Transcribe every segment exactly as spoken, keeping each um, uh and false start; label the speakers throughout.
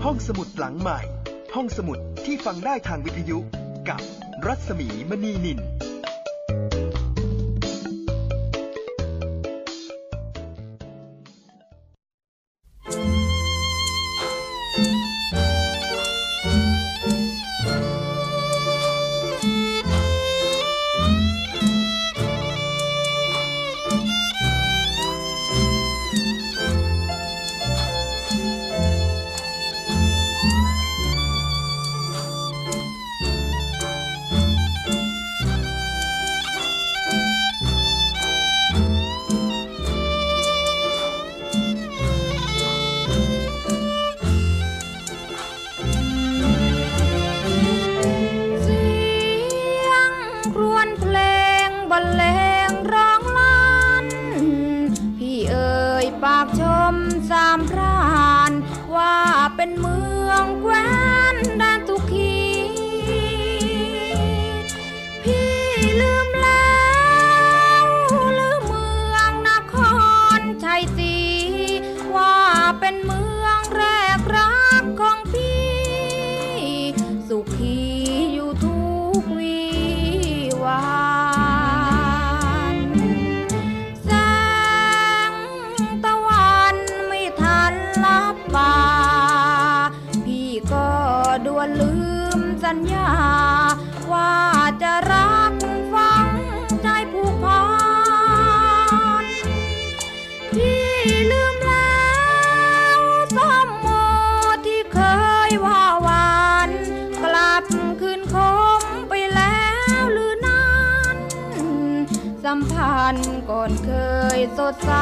Speaker 1: ห้องสมุดหลังใหม่ห้องสมุดที่ฟังได้ทางวิทยุกับรัศมีมณีนิน
Speaker 2: เป็นเมืองแคว้นแดนทุกขีพี่ลืมแล้วลืมเมืองนครชัยศรีว่าเป็นเมืองแรกรักของพี่สุขีอยู่ทุกวีวานแสงตะวันไม่ทันลับบ่าก็ด่วนลืมสัญญาว่าจะรักฝังใจผูกพันพี่ลืมแล้วส้มโอที่เคยว่าหวานกลับคืนคมไปแล้วหรือนั้นสัมพันธ์ก่อนเคยสดใส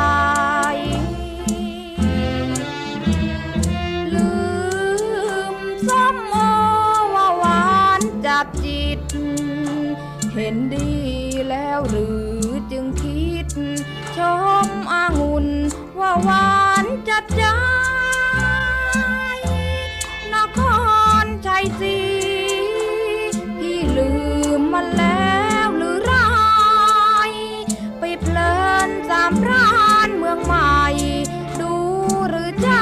Speaker 2: ส้มโอว่าหวานจับจิตเห็นดีแล้วหรือจึงคิดชมองุ่นว่าหวานจับใจนครชัยศรีพี่ลืมมันแล้วหรือไรไปเพลินสามพรานเมืองใหม่ดูหรือใจ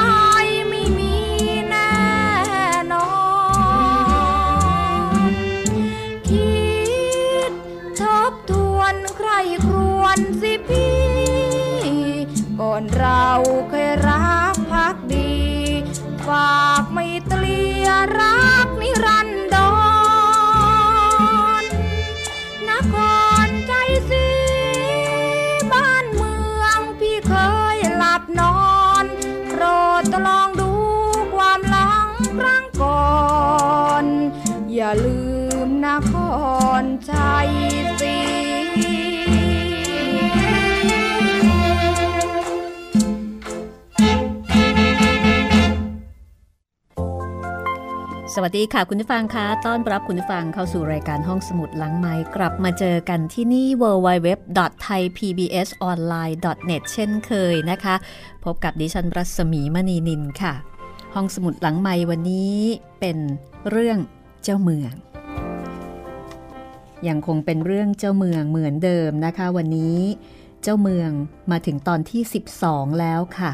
Speaker 2: สิพี่ก่อนเราเคยรักภักดีฝากไมตรีรักนิรันดรนครชัยศรีบ้านเมืองพี่เคยหลับนอนโปรดลองดูความหลังครั้งก่อนอย่าลืมนครชัยศรี
Speaker 3: สวัสดีค่ะคุณผู้ฟังคะต้อนรับคุณผู้ฟังเข้าสู่รายการห้องสมุดหลังไมค์กลับมาเจอกันที่นี่ ดับเบิลยู ดับเบิลยู ดับเบิลยู ดอท ไทย พี บี เอส ออนไลน์ ดอท เน็ต เช่นเคยนะคะพบกับดิฉันรัศมีมณีนินค่ะห้องสมุดหลังไมค์วันนี้เป็นเรื่องเจ้าเมืองยังคงเป็นเรื่องเจ้าเมืองเหมือนเดิมนะคะวันนี้เจ้าเมืองมาถึงตอนที่สิบสองแล้วค่ะ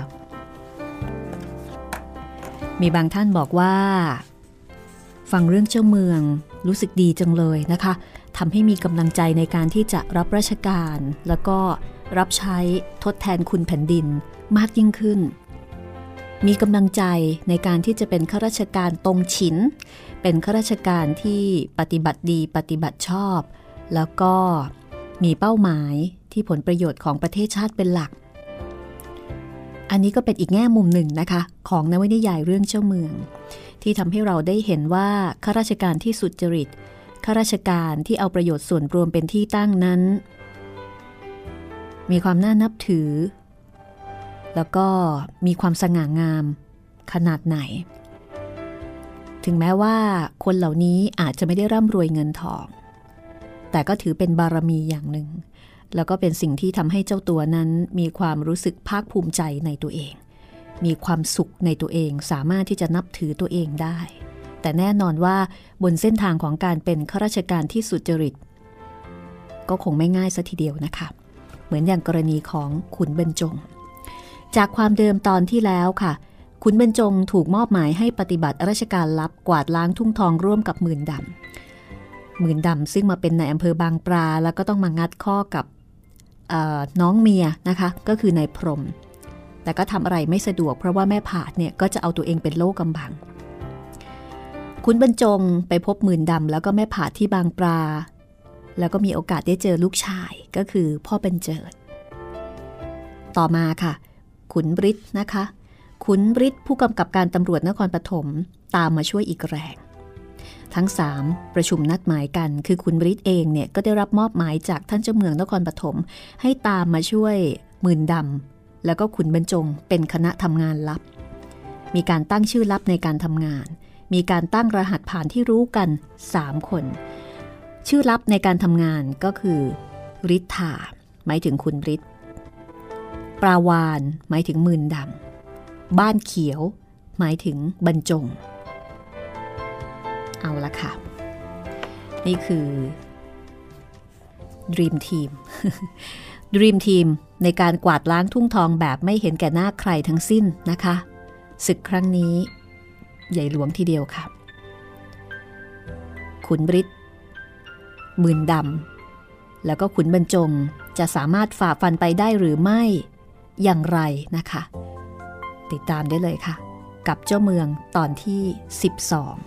Speaker 3: มีบางท่านบอกว่าฟังเรื่องเจ้าเมืองรู้สึกดีจังเลยนะคะทำให้มีกำลังใจในการที่จะรับราชการแล้วก็รับใช้ทดแทนคุณแผ่นดินมากยิ่งขึ้นมีกำลังใจในการที่จะเป็นข้าราชการตรงฉินเป็นข้าราชการที่ปฏิบัติดีปฏิบัติชอบแล้วก็มีเป้าหมายที่ผลประโยชน์ของประเทศชาติเป็นหลักอันนี้ก็เป็นอีกแง่มุมหนึ่งนะคะของนวนิยายเรื่องเจ้าเมืองที่ทำให้เราได้เห็นว่าข้าราชการที่สุจริตข้าราชการที่เอาประโยชน์ส่วนรวมเป็นที่ตั้งนั้นมีความน่านับถือแล้วก็มีความสง่างามขนาดไหนถึงแม้ว่าคนเหล่านี้อาจจะไม่ได้ร่ำรวยเงินทองแต่ก็ถือเป็นบารมีอย่างหนึ่งแล้วก็เป็นสิ่งที่ทำให้เจ้าตัวนั้นมีความรู้สึกภาคภูมิใจในตัวเองมีความสุขในตัวเองสามารถที่จะนับถือตัวเองได้แต่แน่นอนว่าบนเส้นทางของการเป็นข้าราชการที่สุจริตก็คงไม่ง่ายซะทีเดียวนะคะเหมือนอย่างกรณีของขุนบรรจงจากความเดิมตอนที่แล้วค่ะขุนบรรจงถูกมอบหมายให้ปฏิบัติราชการลับกวาดล้างทุ่งทองร่วมกับหมื่นดำหมื่นดำซึ่งมาเป็นในอำเภอบางปลาแล้วก็ต้องมางัดข้อกับน้องเมียนะคะก็คือนายพรหมแต่ก็ทำอะไรไม่สะดวกเพราะว่าแม่ผาดเนี่ยก็จะเอาตัวเองเป็นโล่กำบังขุนบรรจงไปพบหมื่นดำแล้วก็แม่ผาดที่บางปลาแล้วก็มีโอกาสได้เจอลูกชายก็คือพ่อบรรเจิดต่อมาค่ะขุนบริษนะคะขุนบริษผู้กำกับการตำรวจนครปฐมตามมาช่วยอีกแรงทั้งสามประชุมนัดหมายกันคือขุนบริษเองเนี่ยก็ได้รับมอบหมายจากท่านเจ้าเมืองนครปฐมให้ตามมาช่วยหมื่นดำแล้วก็ขุนบรรจงเป็นคณะทำงานลับมีการตั้งชื่อลับในการทำงานมีการตั้งรหัสผ่านที่รู้กันสามคนชื่อลับในการทำงานก็คือฤทธาหมายถึงขุนบริษปราวานหมายถึงหมื่นดำบ้านเขียวหมายถึงบรรจงเอาละค่ะนี่คือ Dream Team Dream Team ในการกวาดล้างทุ่งทองแบบไม่เห็นแก่หน้าใครทั้งสิ้นนะคะศึกครั้งนี้ใหญ่หลวงทีเดียวค่ะขุนบริษหมื่นดำแล้วก็ขุนบรรจงจะสามารถฝ่าฟันไปได้หรือไม่อย่างไรนะคะติดตามได้เลยค่ะกับเจ้าเมืองตอนที่สิบสอง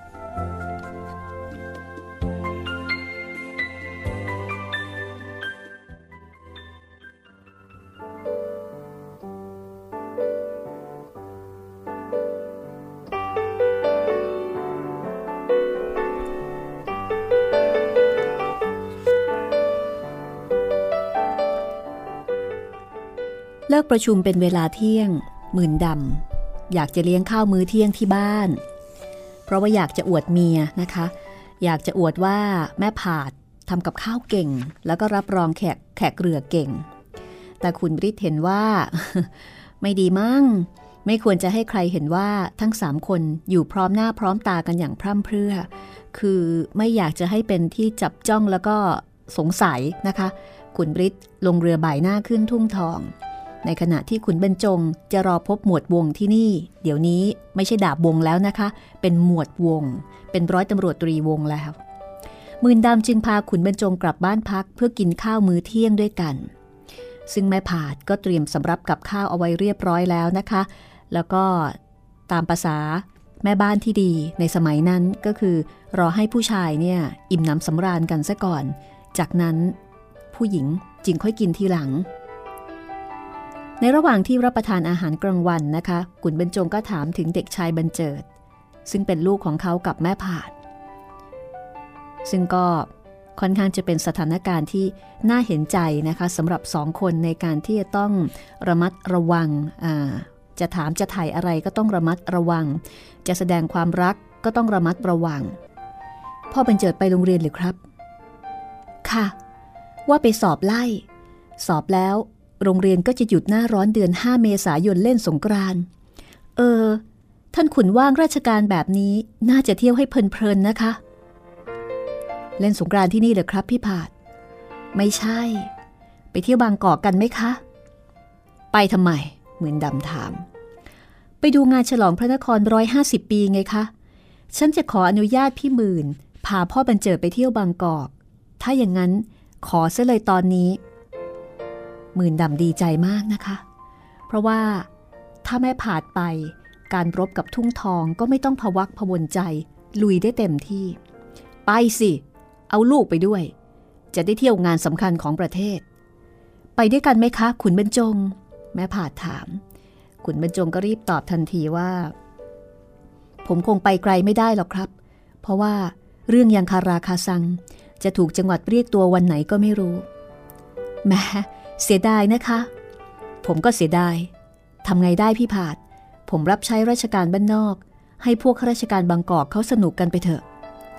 Speaker 3: เลิกประชุมเป็นเวลาเที่ยงหมื่นดำอยากจะเลี้ยงข้าวมื้อเที่ยงที่บ้านเพราะว่าอยากจะอวดเมียนะคะอยากจะอวดว่าแม่ผาดทำกับข้าวเก่งแล้วก็รับรองแขกแขกเรือเก่งแต่ขุนบริษเห็นว่า ไม่ดีมั่งไม่ควรจะให้ใครเห็นว่าทั้งสามคนอยู่พร้อมหน้าพร้อมตากันอย่างพร่ำเพรื่อคือไม่อยากจะให้เป็นที่จับจ้องแล้วก็สงสัยนะคะขุนบริษลงเรือบ่ายหน้าขึ้นทุ่งทองในขณะที่ขุนบรรจงจะรอพบหมวดวงที่นี่เดี๋ยวนี้ไม่ใช่ดาบวงแล้วนะคะเป็นหมวดวงเป็นร้อยตำรวจตรีวงแล้วหมื่นดำจึงพาขุนบรรจงกลับบ้านพักเพื่อกินข้าวมื้อเที่ยงด้วยกันซึ่งแม่ผาดก็เตรียมสำรับกับข้าวเอาไว้เรียบร้อยแล้วนะคะแล้วก็ตามภาษาแม่บ้านที่ดีในสมัยนั้นก็คือรอให้ผู้ชายเนี่ยอิ่มน้ำสำราญกันซะก่อนจากนั้นผู้หญิงจึงค่อยกินทีหลังในระหว่างที่รับประทานอาหารกลางวันนะคะขุนบรรจงก็ถามถึงเด็กชายบรรเจิดซึ่งเป็นลูกของเขากับแม่ผาดซึ่งก็ค่อนข้างจะเป็นสถานการณ์ที่น่าเห็นใจนะคะสำหรับสองคนในการที่จะต้องระมัดระวังจะถามจะถ่ายอะไรก็ต้องระมัดระวังจะแสดงความรักก็ต้องระมัดระวังพ่อบรรเจิดไปโรงเรียนหรือครับค่ะว่าไปสอบไล่สอบแล้วโรงเรียนก็จะหยุดหน้าร้อนเดือนห้าเมษายนเล่นสงกรานต์เออท่านขุนว่างราชการแบบนี้น่าจะเที่ยวให้เพลินๆนะคะเล่นสงกรานต์ที่นี่เหรอครับพี่ผาดไม่ใช่ไปเที่ยวบางกอกกันไหมคะไปทำไมหมื่นดำถามไปดูงานฉลองพระนครร้อยห้าสิบปีไงคะฉันจะขออนุญาตพี่หมื่นพาพ่อบรรเจิดไปเที่ยวบางกอกถ้าอย่างนั้นขอซะเลยตอนนี้หมื่นดำดีใจมากนะคะเพราะว่าถ้าแม่ผาดไปการรบกับทุ่งทองก็ไม่ต้องพะวักพะวนใจลุยได้เต็มที่ไปสิเอาลูกไปด้วยจะได้เที่ยวงานสำคัญของประเทศไปด้วยกันไหมคะขุนบรรจงแม่ผาดถามขุนบรรจงก็รีบตอบทันทีว่าผมคงไปไกลไม่ได้หรอกครับเพราะว่าเรื่องยังคาราคาซังจะถูกจังหวัดเรียกตัววันไหนก็ไม่รู้แม้เสียดายนะคะผมก็เสียดายทำไงได้พี่ผาดผมรับใช้ราชการบ้านนอกให้พวกข้าราชการบางกอกเขาสนุกกันไปเถอะ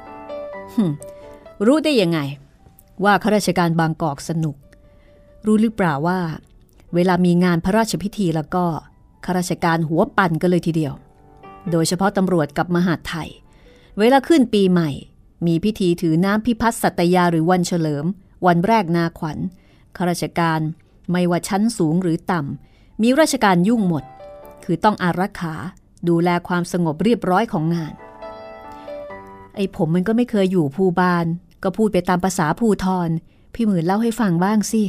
Speaker 3: รู้ได้ยังไงว่าข้าราชการบางกอกสนุกรู้หรือเปล่าว่าเวลามีงานพระราชพิธีแล้วก็ข้าราชการหัวปั่นกันเลยทีเดียวโดยเฉพาะตำรวจกับมหาดไทยเวลาขึ้นปีใหม่มีพิธีถือน้ำพิพัฒน์สัตยาหรือวันเฉลิมวันแรกนาขวัญข้าราชการไม่ว่าชั้นสูงหรือต่ำมีราชการยุ่งหมดคคือต้องอารักขาดูแลความสงบเรียบร้อยของงานไอ้ผมมันก็ไม่เคยอยู่ภูบาลก็พูดไปตามภาษาภูทรพี่หมื่นเล่าให้ฟังบ้างสิ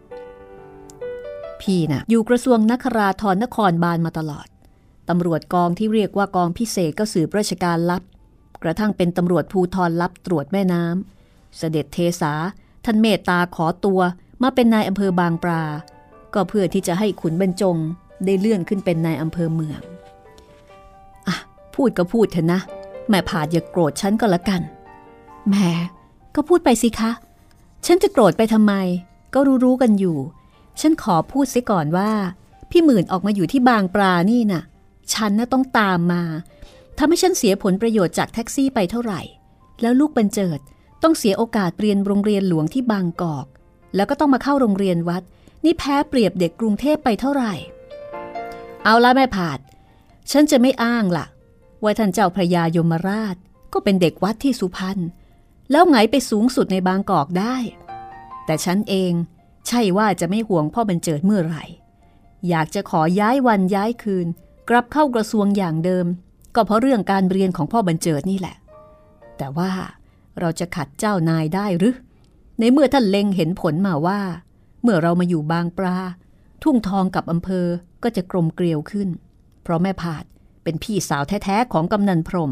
Speaker 3: พี่น่ะอยู่กระทรวงนคราธรนครบาลมาตลอดตำรวจกองที่เรียกว่ากองพิเศษก็สืบราชการลับกระทั่งเป็นตำรวจภูธรลับตรวจแม่น้ำเสด็จเทสาท่านเมตตาขอตัวมาเป็นนายอำเภอบางปลาก็เพื่อที่จะให้ขุนบรรจงได้เลื่อนขึ้นเป็นนายอำเภอเมืองอ่ะพูดก็พูดเถอะนะแม่ผาดอย่าโกรธฉันก็แล้วกันแหมก็พูดไปสิคะฉันจะโกรธไปทำไมก็รู้ๆกันอยู่ฉันขอพูดเสียก่อนว่าพี่หมื่นออกมาอยู่ที่บางปลานี่น่ะฉันน่ะต้องตามมาทำให้ฉันเสียผลประโยชน์จากแท็กซี่ไปเท่าไหร่แล้วลูกบรรเจิดต้องเสียโอกาสเรียนโรงเรียนหลวงที่บางกอกแล้วก็ต้องมาเข้าโรงเรียนวัดนี่แพ้เปรียบเด็กกรุงเทพไปเท่าไหร่เอาละแม่ผาดฉันจะไม่อ้างล่ะว่าท่านเจ้าพระยายมราชก็เป็นเด็กวัดที่สุพรรณแล้วไงไปสูงสุดในบางกอกได้แต่ฉันเองใช่ว่าจะไม่ห่วงพ่อบรรเจิดเมื่อไหร่อยากจะขอย้ายวันย้ายคืนกลับเข้ากระทรวงอย่างเดิมก็เพราะเรื่องการเรียนของพ่อบรรเจิดนี่แหละแต่ว่าเราจะขัดเจ้านายได้หรือในเมื่อท่านเล็งเห็นผลมาว่าเมื่อเรามาอยู่บางปลาทุ่งทองกับอำเภอก็จะกลมเกลียวขึ้นเพราะแม่ผาดเป็นพี่สาวแท้ๆของกำนันพรหม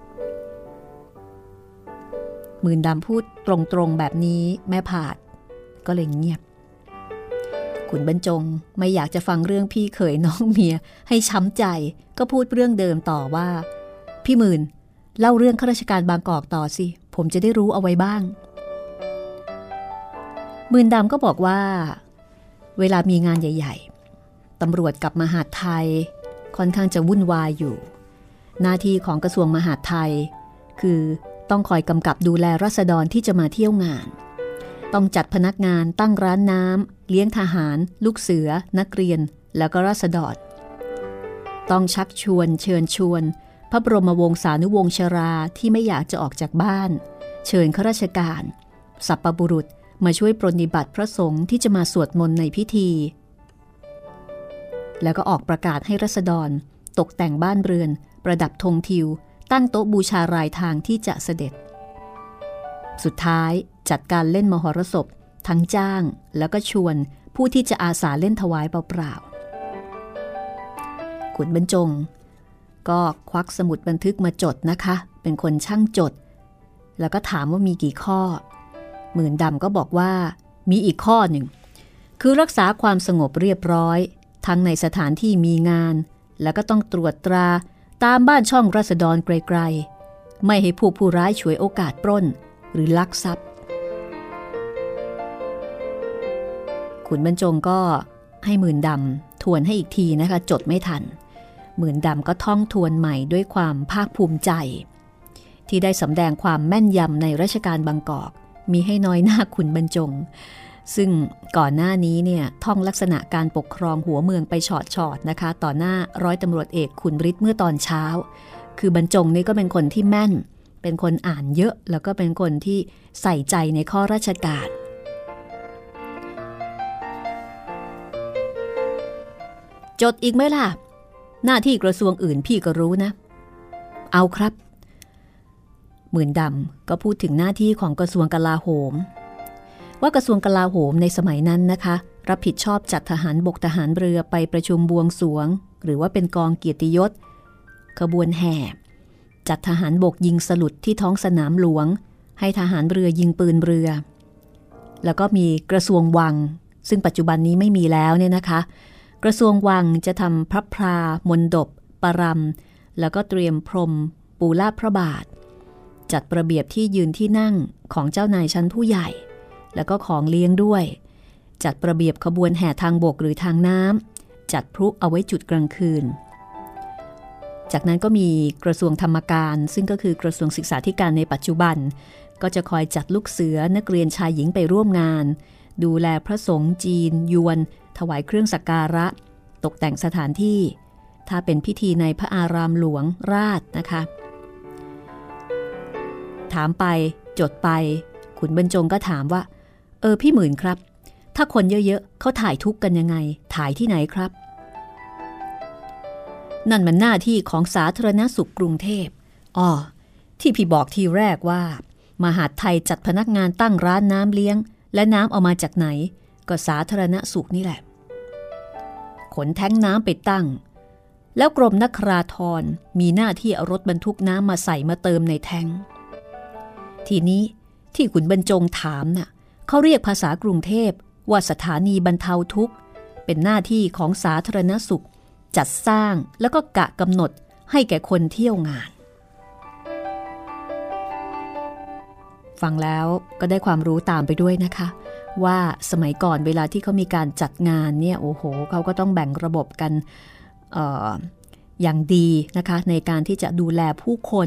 Speaker 3: หมื่นดำพูดตรงๆแบบนี้แม่ผาดก็เลยเงียบขุนบรรจงไม่อยากจะฟังเรื่องพี่เขยน้องเมียให้ช้ำใจก็พูดเรื่องเดิมต่อว่าพี่หมื่นเล่าเรื่องข้าราชการบางกอกต่อสิผมจะได้รู้เอาไว้บ้างหมื่นดำก็บอกว่าเวลามีงานใหญ่ๆตำรวจกับมหาดไทยค่อนข้างจะวุ่นวายอยู่หน้าที่ของกระทรวงมหาดไทยคือต้องคอยกำกับดูแลราษฎรที่จะมาเที่ยวงานต้องจัดพนักงานตั้งร้านน้ำเลี้ยงทหารลูกเสือนักเรียนแล้วก็ราษฎรต้องชักชวนเชิญชวนพระบรมวงศานุวงศ์ชราที่ไม่อยากจะออกจากบ้านเชิญข้าราชการสัปบุรุษมาช่วยปรนนิบัติพระสงฆ์ที่จะมาสวดมนต์ในพิธีแล้วก็ออกประกาศให้ราษฎรตกแต่งบ้านเรือนประดับธงทิวตั้งโต๊ะบูชารายทางที่จะเสด็จสุดท้ายจัดการเล่นมหรสพทั้งจ้างแล้วก็ชวนผู้ที่จะอาสาเล่นถวายเปล่าๆขุนบรรจงก็ควักสมุดบันทึกมาจดนะคะเป็นคนช่างจดแล้วก็ถามว่ามีกี่ข้อหมื่นดำก็บอกว่ามีอีกข้อหนึ่งคือรักษาความสงบเรียบร้อยทั้งในสถานที่มีงานแล้วก็ต้องตรวจตราตามบ้านช่องราษฎรไกลๆไม่ให้ผู้ผู้ร้ายฉวยโอกาสปล้นหรือลักทรัพย์ขุนบรรจงก็ให้หมื่นดำทวนให้อีกทีนะคะจดไม่ทันหมื่นดำก็ท่องทวนใหม่ด้วยความภาคภูมิใจที่ได้สำแดงความแม่นยำในราชการบางกอกมีให้น้อยหน้าขุนบรรจงซึ่งก่อนหน้านี้เนี่ยท่องลักษณะการปกครองหัวเมืองไปชอดๆนะคะต่อหน้าร้อยตำรวจเอกขุนฤทธิ์เมื่อตอนเช้าคือบรรจงนี่ก็เป็นคนที่แม่นเป็นคนอ่านเยอะแล้วก็เป็นคนที่ใส่ใจในข้อราชการจดอีกไหมล่ะหน้าที่กระทรวงอื่นพี่ก็รู้นะเอาครับหมื่นดำก็พูดถึงหน้าที่ของกระทรวงกลาโหมว่ากระทรวงกลาโหมในสมัยนั้นนะคะรับผิดชอบจัดทหารบกทหารเรือไปประชุมบวงสรวงหรือว่าเป็นกองเกียรติยศขบวนแห่จัดทหารบกยิงสลุดที่ท้องสนามหลวงให้ทหารเรือยิงปืนเรือแล้วก็มีกระทรวงวังซึ่งปัจจุบันนี้ไม่มีแล้วเนี่ยนะคะกระทรวงวังจะทำพระพรามณฑปปรำแล้วก็เตรียมพรมปูลาภพระบาทจัดระเบียบที่ยืนที่นั่งของเจ้านายชั้นผู้ใหญ่แล้วก็ของเลี้ยงด้วยจัดระเบียบขบวนแห่ทางบกหรือทางน้ำจัดพลุเอาไว้จุดกลางคืนจากนั้นก็มีกระทรวงธรรมการซึ่งก็คือกระทรวงศึกษาธิการในปัจจุบันก็จะคอยจัดลูกเสือนักเรียนชายหญิงไปร่วมงานดูแลพระสงฆ์จีนยวนถวายเครื่องสักการะตกแต่งสถานที่ถ้าเป็นพิธีในพระอารามหลวงราชนะคะถามไปจดไปขุนบรรจงก็ถามว่าเออพี่หมื่นครับถ้าคนเยอะๆเขาถ่ายทุกข์กันยังไงถ่ายที่ไหนครับนั่นมันหน้าที่ของสาธารณสุขกรุงเทพอ๋อที่พี่บอกทีแรกว่ามหาดไทยจัดพนักงานตั้งร้านน้ำเลี้ยงและน้ำเอามาจากไหนก็สาธารณสุขนี่แหละขนแท้งน้ำไปตั้งแล้วกรมนคราธรมีหน้าที่เอารถบรรทุกน้ำมาใส่มาเติมในแท้งทีนี้ที่ขุนบรรจงถามน่ะเขาเรียกภาษากรุงเทพว่าสถานีบรรเทาทุกข์เป็นหน้าที่ของสาธารณสุขจัดสร้างแล้วก็กะกำหนดให้แก่คนเที่ยวงานฟังแล้วก็ได้ความรู้ตามไปด้วยนะคะว่าสมัยก่อนเวลาที่เขามีการจัดงานเนี่ยโอ้โหเขาก็ต้องแบ่งระบบกันเอ่ออย่างดีนะคะในการที่จะดูแลผู้คน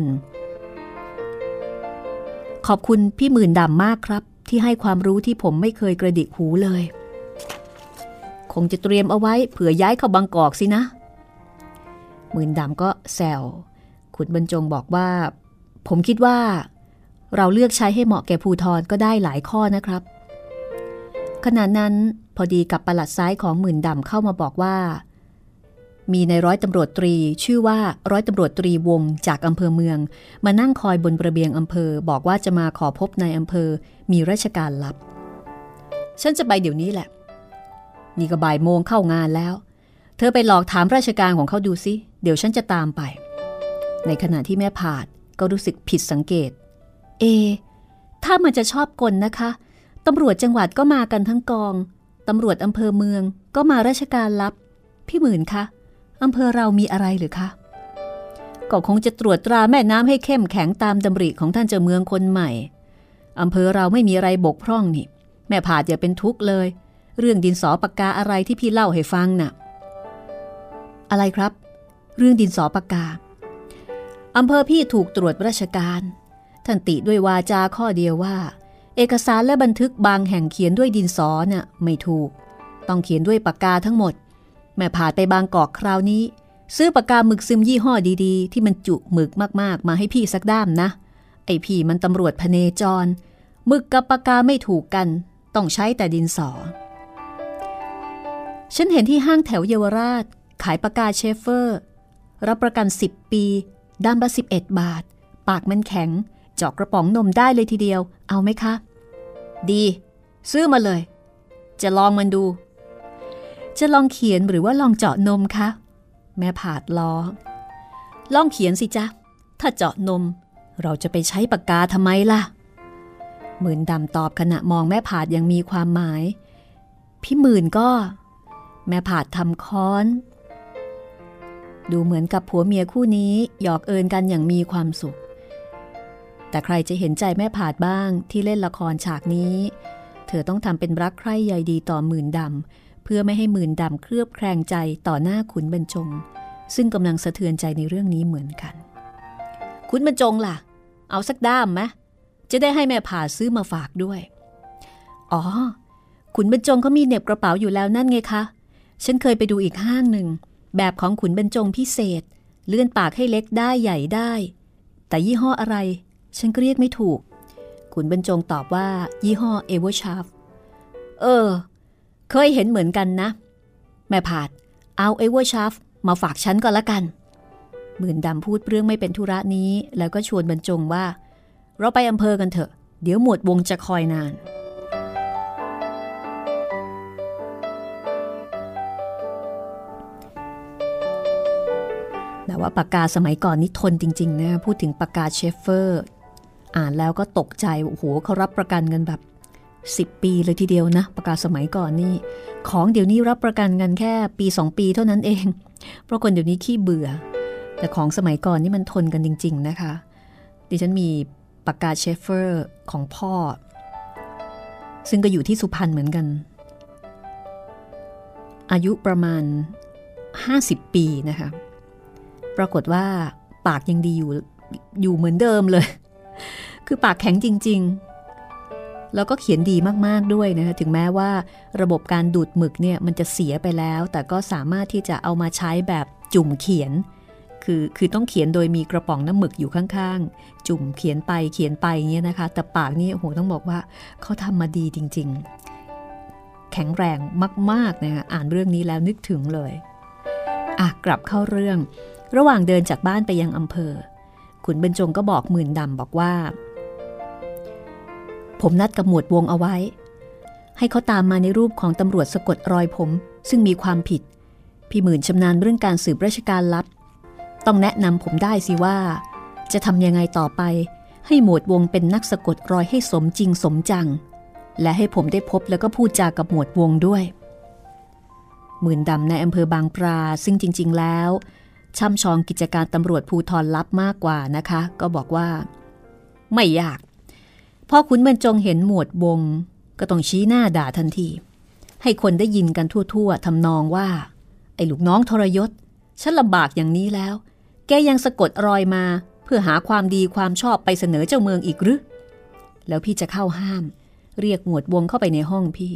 Speaker 3: ขอบคุณพี่หมื่นดำมากครับที่ให้ความรู้ที่ผมไม่เคยกระดิกหูเลยคงจะเตรียมเอาไว้เผื่อย้ายเข้าบางกอกสินะหมื่นดำก็แซวขุนบรรจงบอกว่าผมคิดว่าเราเลือกใช้ให้เหมาะแก่ภูธรก็ได้หลายข้อนะครับขณะนั้นพอดีกับปลัดซ้ายของหมื่นดำเข้ามาบอกว่ามีในร้อยตำรวจตรีชื่อว่าร้อยตำรวจตรีวงจากอำเภอเมืองมานั่งคอยบนระเบียงอำเภอบอกว่าจะมาขอพบนายอำเภอมีราชการลับฉันจะไปเดี๋ยวนี้แหละนี่ก็บ่ายโมงเข้างานแล้วเธอไปหลอกถามราชการของเขาดูสิเดี๋ยวฉันจะตามไปในขณะที่แม่ผาดก็รู้สึกผิดสังเกตเอถ้ามันจะชอบกลนะคะตำรวจจังหวัดก็มากันทั้งกองตำรวจอำเภอเมืองก็มาราชการลับพี่หมื่นคะอำเภอเรามีอะไรหรือคะก็คงจะตรวจตราแม่น้ำให้เข้มแข็งตามดำริของท่านเจ้าเมืองคนใหม่อำเภอเราไม่มีอะไรบกพร่องนี่แม่ผาดอย่าเป็นทุกข์เลยเรื่องดินสอปากกาอะไรที่พี่เล่าให้ฟังน่ะอะไรครับเรื่องดินสอปากกาอำเภอพี่ถูกตรวจราชการท่านติด้วยวาจาข้อเดียวว่าเอกสารและบันทึกบางแห่งเขียนด้วยดินสอน่ะไม่ถูกต้องเขียนด้วยปากกาทั้งหมดแม่ผาดไปบางกอกคราวนี้ซื้อปากกาหมึกซึมยี่ห้อดีๆที่มันจุหมึกมากๆมาให้พี่สักด้ามนะไอพี่มันตำรวจพเนจรหมึกกับปากกาไม่ถูกกันต้องใช้แต่ดินสอฉันเห็นที่ห้างแถวเยาวราชขายปากกาเชฟเฟอร์รับประกันสิบปีด้ามละสิบเอ็ดบาทปากมันแข็งเจาะกระป๋องนมได้เลยทีเดียวเอาไหมคะดีซื้อมาเลยจะลองมันดูจะลองเขียนหรือว่าลองเจาะนมคะแม่ผาดล้อลองเขียนสิจ๊ะถ้าเจาะนมเราจะไปใช้ปากกาทำไมล่ะหมื่นดำตอบขณะมองแม่ผาดยังมีความหมายพี่หมื่นก็แม่ผาดทำค้อนดูเหมือนกับผัวเมียคู่นี้หยอกเอินกันอย่างมีความสุขแต่ใครจะเห็นใจแม่ผาดบ้างที่เล่นละครฉากนี้เธอต้องทำเป็นรักใคร่ใยดีต่อหมื่นดำเพื่อไม่ให้หมื่นดำเคลือบแคลงใจต่อหน้าขุนบรรจงซึ่งกำลังสะเทือนใจในเรื่องนี้เหมือนกันขุนบรรจงล่ะเอาสักด้ามไหมจะได้ให้แม่ผาดซื้อมาฝากด้วยอ๋อขุนบรรจงเขามีเหน็บกระเป๋าอยู่แล้วนั่นไงคะฉันเคยไปดูอีกห้างหนึ่งแบบของขุนบรรจงพิเศษเลื่อนปากให้เล็กได้ใหญ่ได้แต่ยี่ห้ออะไรฉันก็เรียกไม่ถูกขุนบรรจงตอบว่ายี่ห้อเอเวอร์ชาร์ฟเออเคยเห็นเหมือนกันนะแม่ผาดเอาเอเวอร์ชาร์ฟมาฝากฉันก็แล้วกันหมื่นดำพูดเรื่องไม่เป็นธุระนี้แล้วก็ชวนบรรจงว่าเราไปอำเภอกันเถอะเดี๋ยวหมวดวงจะคอยนานแต่ว่าปากกาสมัยก่อนนี่ทนจริงๆนะพูดถึงปากกาเชฟเฟอร์อ่านแล้วก็ตกใจโอ้โหเขารับประกันกันแบบสิบปีเลยทีเดียวนะปากกาสมัยก่อนนี่ของเดี๋ยวนี้รับประกันกันแค่ปีสองปีเท่านั้นเองเพราะคนเดี๋ยวนี้ขี้เบื่อแต่ของสมัยก่อนนี่มันทนกันจริงๆนะคะดิฉันมีปากกาเชฟเฟอร์ของพ่อซึ่งก็อยู่ที่สุพรรณเหมือนกันอายุประมาณห้าสิบปีนะคะปรากฏว่าปากยังดีอยู่อยู่เหมือนเดิมเลยคือปากแข็งจริงๆแล้วก็เขียนดีมากๆด้วยนะคะถึงแม้ว่าระบบการดูดหมึกเนี่ยมันจะเสียไปแล้วแต่ก็สามารถที่จะเอามาใช้แบบจุ่มเขียนคือคือต้องเขียนโดยมีกระป๋องน้ำหมึกอยู่ข้างๆจุ่มเขียนไปเขียนไปเงี้ยนะคะแต่ปากนี่โอ้โหต้องบอกว่าเขาทำมาดีจริงๆแข็งแรงมากๆนะคะอ่านเรื่องนี้แล้วนึกถึงเลยอ่ะกลับเข้าเรื่องระหว่างเดินจากบ้านไปยังอำเภอขุนบรรจงก็บอกหมื่นดำบอกว่าผมนัดกับหมวดวงเอาไว้ให้เขาตามมาในรูปของตำรวจสะกดรอยผมซึ่งมีความผิดพี่หมื่นชำนาญเรื่องการสืบราชการลับต้องแนะนำผมได้สิว่าจะทำยังไงต่อไปให้หมวดวงเป็นนักสะกดรอยให้สมจริงสมจังและให้ผมได้พบแล้วก็พูดจากับหมวดวงด้วยหมื่นดำในอำเภอบางปราซึ่งจริงๆแล้วช่ำชองกิจการตำรวจภูธรลับมากกว่านะคะก็บอกว่าไม่ยากพอขุนบรรจงเห็นหมวดวงก็ต้องชี้หน้าด่าทันทีให้คนได้ยินกันทั่วๆทำนองว่าไอ้ลูกน้องทรยศฉันลำบากอย่างนี้แล้วแกยังสะกดรอยมาเพื่อหาความดีความชอบไปเสนอเจ้าเมืองอีกหรือแล้วพี่จะเข้าห้ามเรียกหมวดวงเข้าไปในห้องพี่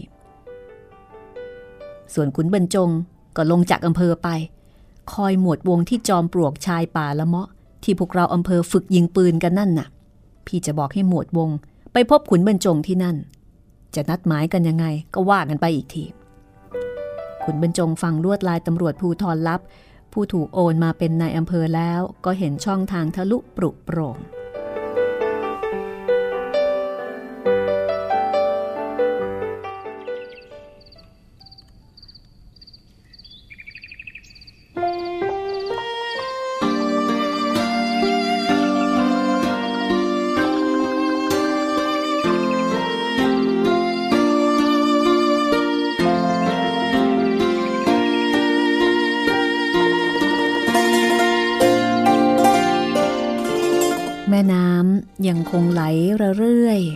Speaker 3: ส่วนขุนบรรจงก็ลงจากอำเภอไปคอยหมวดวงที่จอมปลวกชายป่าละเมาะที่พวกเราอำเภอฝึกยิงปืนกันนั่นน่ะพี่จะบอกให้หมวดวงไปพบขุนบรรจงที่นั่นจะนัดหมายกันยังไงก็ว่ากันไปอีกทีขุนบรรจงฟังลวดลายตำรวจภูธรลับผู้ถูกโอนมาเป็นนายอำเภอแล้วก็เห็นช่องทางทะลุปรุโปร่งแม่น้ำยังคงไหลระเรื่อย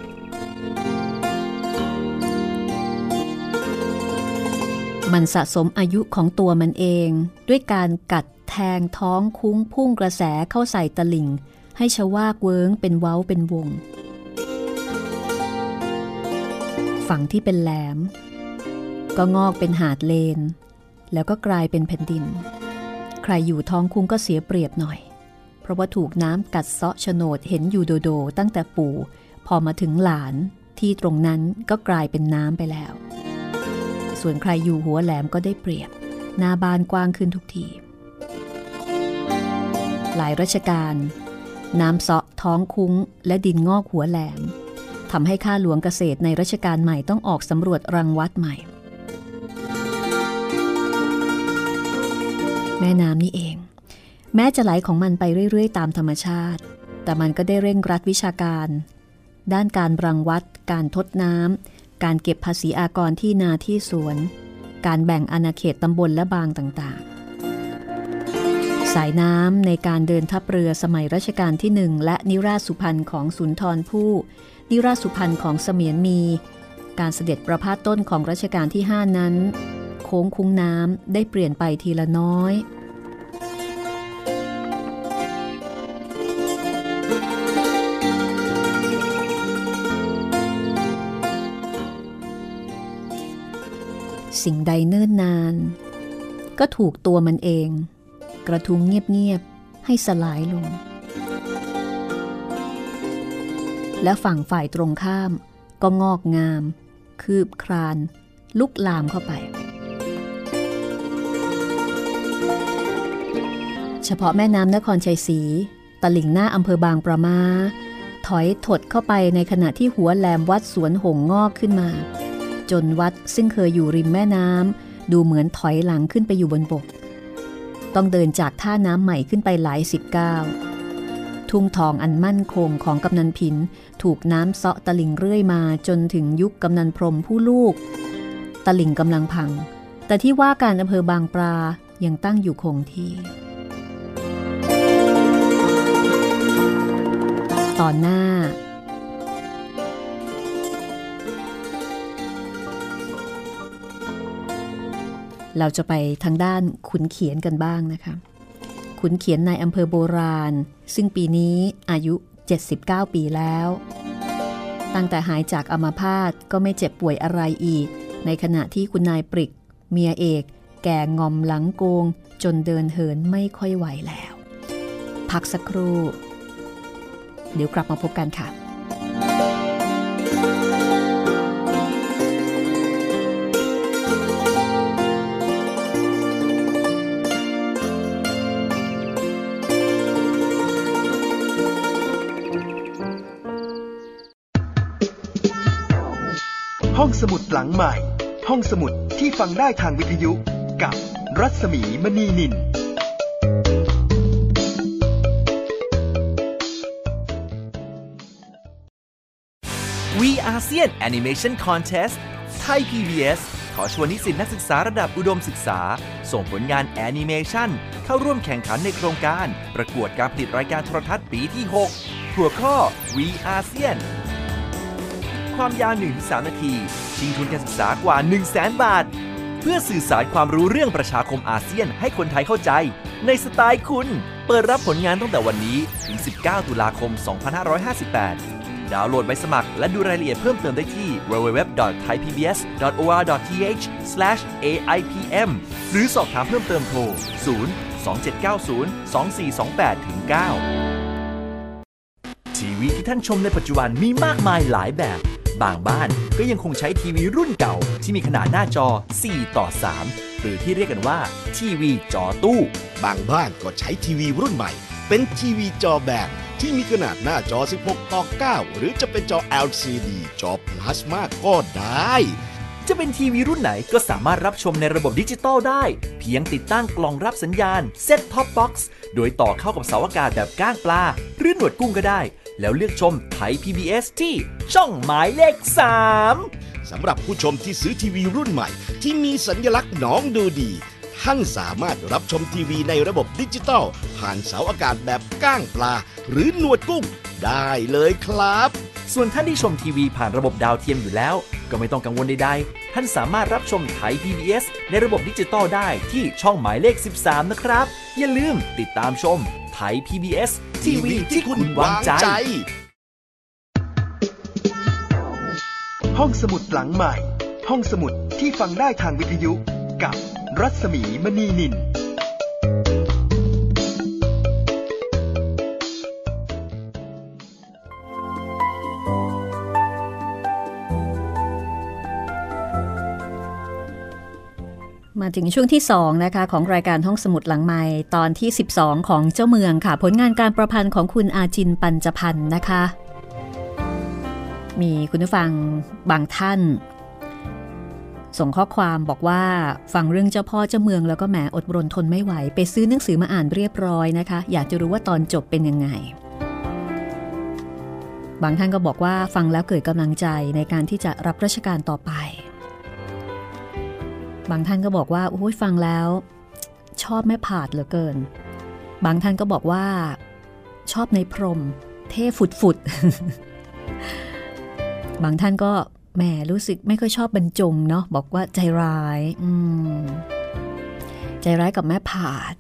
Speaker 3: มันสะสมอายุของตัวมันเองด้วยการกัดแทงท้องคุ้งพุ่งกระแสเข้าใส่ตะลิ่งให้ชวากเวิ้งเป็นเว้าเป็นวงฝั่งที่เป็นแหลมก็งอกเป็นหาดเลนแล้วก็กลายเป็นแผ่นดินใครอยู่ท้องคุ้งก็เสียเปรียบหน่อยเพราะว่าถูกน้ำกัดเซาะโฉนดเห็นอยู่โดโดตั้งแต่ปู่พอมาถึงหลานที่ตรงนั้นก็กลายเป็นน้ำไปแล้วส่วนใครอยู่หัวแหลมก็ได้เปรียบหน้าบ้านกว้างขึ้นทุกทีหลายรัชกาลน้ำเซาะท้องคุ้งและดินงอกหัวแหลมทำให้ข้าหลวงเกษตรในรัชกาลใหม่ต้องออกสำรวจรังวัดใหม่แม่น้ำนี่เองแม้จะไหลของมันไปเรื่อยๆตามธรรมชาติแต่มันก็ได้เร่งรัดวิชาการด้านการรังวัดการทดน้ำการเก็บภาษีอากรที่นาที่สวนการแบ่งอาณาเขตตำบลและบางต่างๆสายน้ำในการเดินทัพเรือสมัยรัชกาลที่หนึ่งและนิราศสุพรรณของสุนทรภู่นิราศสุพรรณของเสมียนมีการเสด็จประพาสต้นของรัชกาลที่ห้านั้นโค้งคุ้งน้ำได้เปลี่ยนไปทีละน้อยสิ่งใดเนิ่นนานก็ถูกตัวมันเองกระทุ้งเงียบๆให้สลายลงและฝั่งฝ่ายตรงข้ามก็งอกงามคืบคลานลุกลามเข้าไปเฉพาะแม่น้ำนครชัยศรีตลิ่งหน้าอำเภอบางประมาถอยถดเข้าไปในขณะที่หัวแหลมวัดสวนหงงอกขึ้นมาจนวัดซึ่งเคยอยู่ริมแม่น้ำดูเหมือนถอยหลังขึ้นไปอยู่บนบกต้องเดินจากท่าน้ำใหม่ขึ้นไปหลายสิบก้าวทุ่งทองอันมั่นคงของกำนันผินถูกน้ำเซาะตลิ่งเรื่อยมาจนถึงยุคกำนันพรหมผู้ลูกตลิ่งกำลังพังแต่ที่ว่าการอำเภอบางปลายังตั้งอยู่คงที่ตอนหน้าเราจะไปทางด้านขุนเขียนกันบ้างนะคะขุนเขียนในอำเภอโบราณซึ่งปีนี้อายุเจ็ดสิบเก้าปีแล้วตั้งแต่หายจากอัมพาตก็ไม่เจ็บป่วยอะไรอีกในขณะที่คุณนายปริกเมียเอกแก่งอมหลังโกงจนเดินเหินไม่ค่อยไหวแล้วพักสักครู่เดี๋ยวกลับมาพบกันค่ะ
Speaker 1: ห้องสมุดหลังใหม่ห้องสมุดที่ฟังได้ทางวิทยุกับรัศมีมณีนิน
Speaker 4: We อาเซียน Animation Contest ไทย พี บี เอส ขอชวนนิสิตนักศึกษาระดับอุดมศึกษาส่งผลงานแอนิเมชันเข้าร่วมแข่งขันในโครงการประกวดการผลิตรายการโทรทัศน์ปีที่ หก หัวข้อ We อาเซียน ความยาว หนึ่งถึงสาม นาทีชิงทุนการศึกษากว่า หนึ่งแสน บาท เพื่อสื่อสารความรู้เรื่องประชาคมอาเซียนให้คนไทยเข้าใจในสไตล์คุณเปิดรับผลงานตั้งแต่วันนี้ถึง สิบเก้า ตุลาคม สองพันห้าร้อยห้าสิบแปดดาวน์โหลดใบสมัครและดูรายละเอียดเพิ่มเติมได้ที่ ดับเบิลยู ดับเบิลยู ดับเบิลยู ดอท ไทย พี บี เอส ดอท โอ อาร์ ดอท ที เอช สแลช เอ ไอ พี เอ็ม หรือสอบถามเพิ่มเติมโทร ศูนย์ สอง เจ็ด เก้า ศูนย์ สอง สี่ สอง แปด เก้า ทีวีที่ท่านชมในปัจจุบันมีมากมายหลายแบบบางบ้านก็ยังคงใช้ทีวีรุ่นเก่าที่มีขนาดหน้าจอ สี่ ต่อ สาม หรือที่เรียกกันว่าทีวีจอตู้
Speaker 5: บางบ้านก็ใช้ทีวีรุ่นใหม่เป็นทีวีจอแบนที่มีขนาดหน้าจอ สิบหก ต่อ เก้า หรือจะเป็นจอ แอล ซี ดี จอพลาสมาก็ได้
Speaker 4: จะเป็นทีวีรุ่นไหนก็สามารถรับชมในระบบดิจิตอลได้เพียงติดตั้งกล่องรับสัญญาณ Set Top Box โดยต่อเข้ากับเสาอากาศแบบก้างปลาหรือหนวดกุ้งก็ได้แล้วเลือกชมไทย พี บี เอส ที่ช่องหมายเลข สาม
Speaker 5: สำหรับผู้ชมที่ซื้อทีวีรุ่นใหม่ที่มีสัญลักษณ์น้องดูดีท่านสามารถรับชมทีวีในระบบดิจิตอลผ่านเสาอากาศแบบก้างปลาหรือหนวดกุ้งได้เลยครับ
Speaker 4: ส่วนท่านที่ชมทีวีผ่านระบบดาวเทียมอยู่แล้วก็ไม่ต้องกังวลใดๆท่านสามารถรับชมไทย พี บี เอส ในระบบดิจิตอลได้ที่ช่องหมายเลข สิบสาม นะครับอย่าลืมติดตามชมไทย พี บี เอส ทีวีที่คุณวางใจ
Speaker 1: ห้องสมุดหลังใหม่ห้องสมุดที่ฟังได้ทางวิทยุกับรัศมีมณีนิน
Speaker 3: มาถึงช่วงที่สองนะคะของรายการห้องสมุดหลังไมค์ตอนที่สิบสองของเจ้าเมืองค่ะผลงานการประพันธ์ของคุณอาจินปัญจพันธ์นะคะมีคุณผู้ฟังบางท่านส่งข้อความบอกว่าฟังเรื่องเจ้าพ่อเจ้าเมืองแล้วก็แหมอดรนทนไม่ไหวไปซื้อหนังสือมาอ่านเรียบร้อยนะคะอยากจะรู้ว่าตอนจบเป็นยังไงบางท่านก็บอกว่าฟังแล้วเกิดกำลังใจในการที่จะรับราชการต่อไปบางท่านก็บอกว่าโอ้ยฟังแล้วชอบแม่ผาดเหลือเกินบางท่านก็บอกว่าชอบในพรหมเท่ฝุดๆบางท่านก็แหมรู้สึกไม่ค่อยชอบบรรจงเนาะบอกว่าใจร้ายอืมใจร้ายกับแม่ผาด